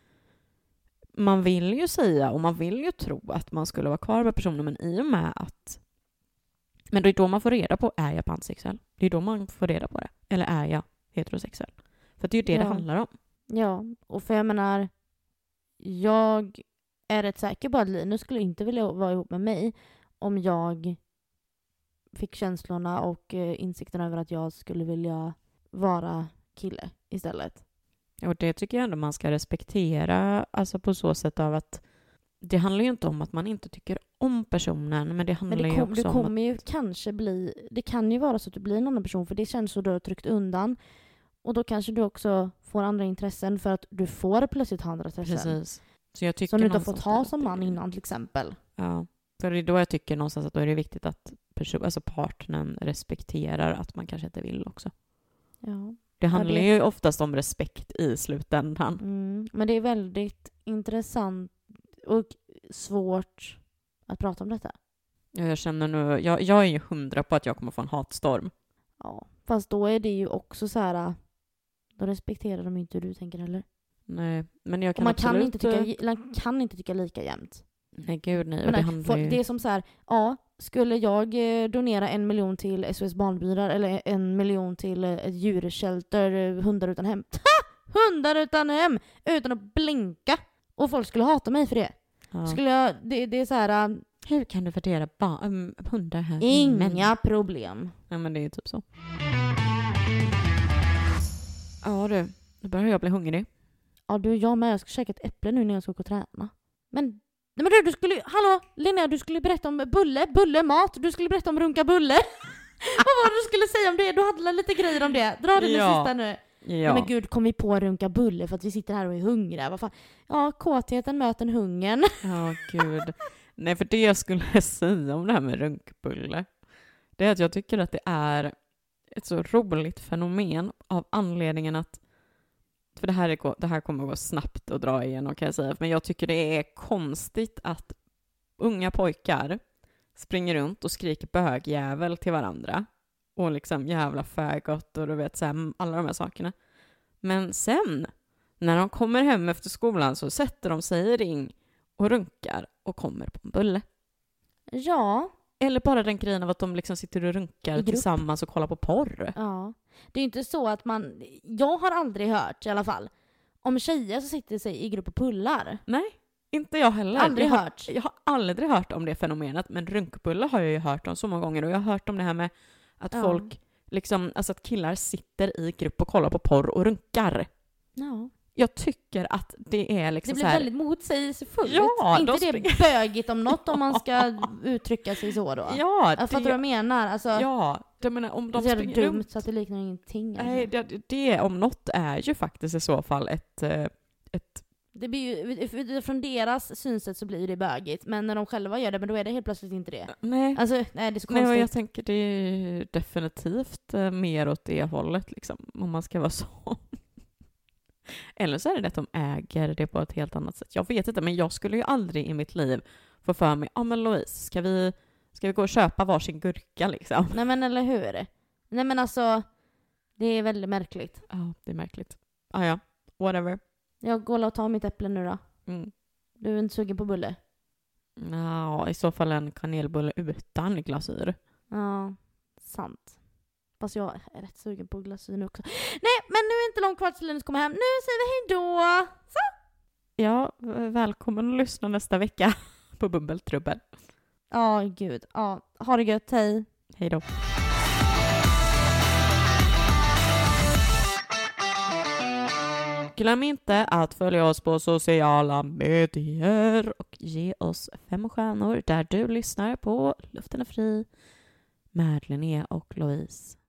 Speaker 2: Man vill ju säga och man vill ju tro att man skulle vara kvar med personen, men i och med att... Men det är då man får reda på, är jag pansexuell? Det är då man får reda på det. Eller är jag heterosexuell? För det är ju det det handlar om.
Speaker 1: Ja, och för jag menar, jag är rätt säker på att Linus skulle inte vilja vara ihop med mig om jag fick känslorna och insikten över att jag skulle vilja vara kille istället.
Speaker 2: Och det tycker jag ändå man ska respektera, alltså på så sätt av att det handlar ju inte om att man inte tycker om personen, men det handlar ju också om
Speaker 1: kommer ju kanske bli, det kan ju vara så att du blir en annan person, för det känns så du har tryckt undan, och då kanske du också får andra intressen för att du får plötsligt ha andra intressen.
Speaker 2: Precis. Så jag tycker
Speaker 1: som du inte har fått ha som man innan till exempel.
Speaker 2: Ja, för det är då jag tycker någonstans att då är det viktigt att alltså partnern respekterar att man kanske inte vill också.
Speaker 1: Ja.
Speaker 2: Det handlar ju oftast om respekt i slutändan.
Speaker 1: Men det är väldigt intressant och svårt att prata om detta.
Speaker 2: Ja, jag känner nu, jag är ju 100 på att jag kommer få en hatstorm.
Speaker 1: Ja, fast då är det ju också så här, då respekterar de inte hur du tänker heller.
Speaker 2: Nej, men jag kan
Speaker 1: man
Speaker 2: absolut...
Speaker 1: kan inte tycka lika jämt.
Speaker 2: Nej, gud nej.
Speaker 1: Men det är som så här, ja, skulle jag donera 1 miljon till SOS Barnbyar eller 1 miljon till ett djurshelter, hundar utan hem. Hundar utan hem! Utan att blinka. Och folk skulle hata mig för det.
Speaker 2: Ja.
Speaker 1: Skulle jag, det är så här...
Speaker 2: hur kan du värdera hundar här?
Speaker 1: Inga problem.
Speaker 2: Ja, men det är ju typ så. Ja du, nu börjar jag bli hungrig.
Speaker 1: Ja du, jag med. Jag ska käka ett äpple nu när jag ska gå och träna. Men du skulle... Hallå, Linnea, du skulle berätta om mat. Du skulle berätta om runka bulle. Vad var det du skulle säga om det? Du hade lite grejer om det. Dra det sista nu. Ja. Men gud, kom vi på runka bulle för att vi sitter här och är hungriga? Vad fan? Ja, kåtheten möter hungern.
Speaker 2: Ja, gud. Nej, för det jag skulle säga om det här med runkbulle, det är att jag tycker att det är ett så roligt fenomen av anledningen att, för det här kommer att gå snabbt att dra igenom kan jag säga, men jag tycker det är konstigt att unga pojkar springer runt och skriker bögjävel till varandra och liksom jävla fägott och du vet så här, alla de här sakerna. Men sen när de kommer hem efter skolan så sätter de sig i ring och runkar och kommer på en bulle.
Speaker 1: Ja.
Speaker 2: Eller bara den grejen av att de liksom sitter och runkar tillsammans och kollar på porr.
Speaker 1: Ja. Det är inte så att jag har aldrig hört i alla fall om tjejer som sitter sig i grupp och pullar.
Speaker 2: Nej, inte jag heller.
Speaker 1: Hört.
Speaker 2: Jag har aldrig hört om det fenomenet, men runkbulle har jag ju hört om så många gånger, och jag har hört om det här med att folk liksom, alltså att killar sitter i grupp och kollar på porr och runkar.
Speaker 1: Ja.
Speaker 2: Jag tycker att det är liksom
Speaker 1: det blir
Speaker 2: så här...
Speaker 1: väldigt motsägelsefullt.
Speaker 2: Ja,
Speaker 1: inte det bögigt om något om man ska uttrycka sig så då.
Speaker 2: Ja,
Speaker 1: jag fattar vad du menar. Alltså,
Speaker 2: ja, jag menar om de
Speaker 1: det är
Speaker 2: springer
Speaker 1: dumt
Speaker 2: runt...
Speaker 1: så att det liknar ingenting. Alltså.
Speaker 2: Nej, det om något är ju faktiskt i så fall ett...
Speaker 1: Det blir ju, från deras synsätt så blir det bögigt, men när de själva gör det, men då är det helt plötsligt inte det.
Speaker 2: Nej,
Speaker 1: alltså, nej det är så konstigt.
Speaker 2: Nej, jag tänker det är definitivt mer åt det hållet liksom, om man ska vara så. Eller så är det att de äger det på ett helt annat sätt. Jag vet inte, men jag skulle ju aldrig i mitt liv få för mig, men Louise, ska vi gå och köpa varsin gurka liksom?
Speaker 1: Nej, men eller hur? Nej, men alltså, det är väldigt märkligt.
Speaker 2: Ja, det är märkligt. Ja, whatever.
Speaker 1: Jag går och tar mitt äpple nu då. Du är inte sugen på bulle?
Speaker 2: Ja, i så fall en kanelbulle utan glasyr.
Speaker 1: Ja, sant. Fast jag är rätt sugen på glasyr nu också. Nej, men nu är inte långt kvar till Linus kommer hem. Nu säger vi hej då! Så!
Speaker 2: Ja, välkommen att lyssna nästa vecka på Bubbeltrubbel.
Speaker 1: Ja, gud. Ja, ha det gött. Hej.
Speaker 2: Hej då. glöm inte att följa oss på sociala medier och ge oss 5 stjärnor där du lyssnar på Luften är fri med Linnea och Louise.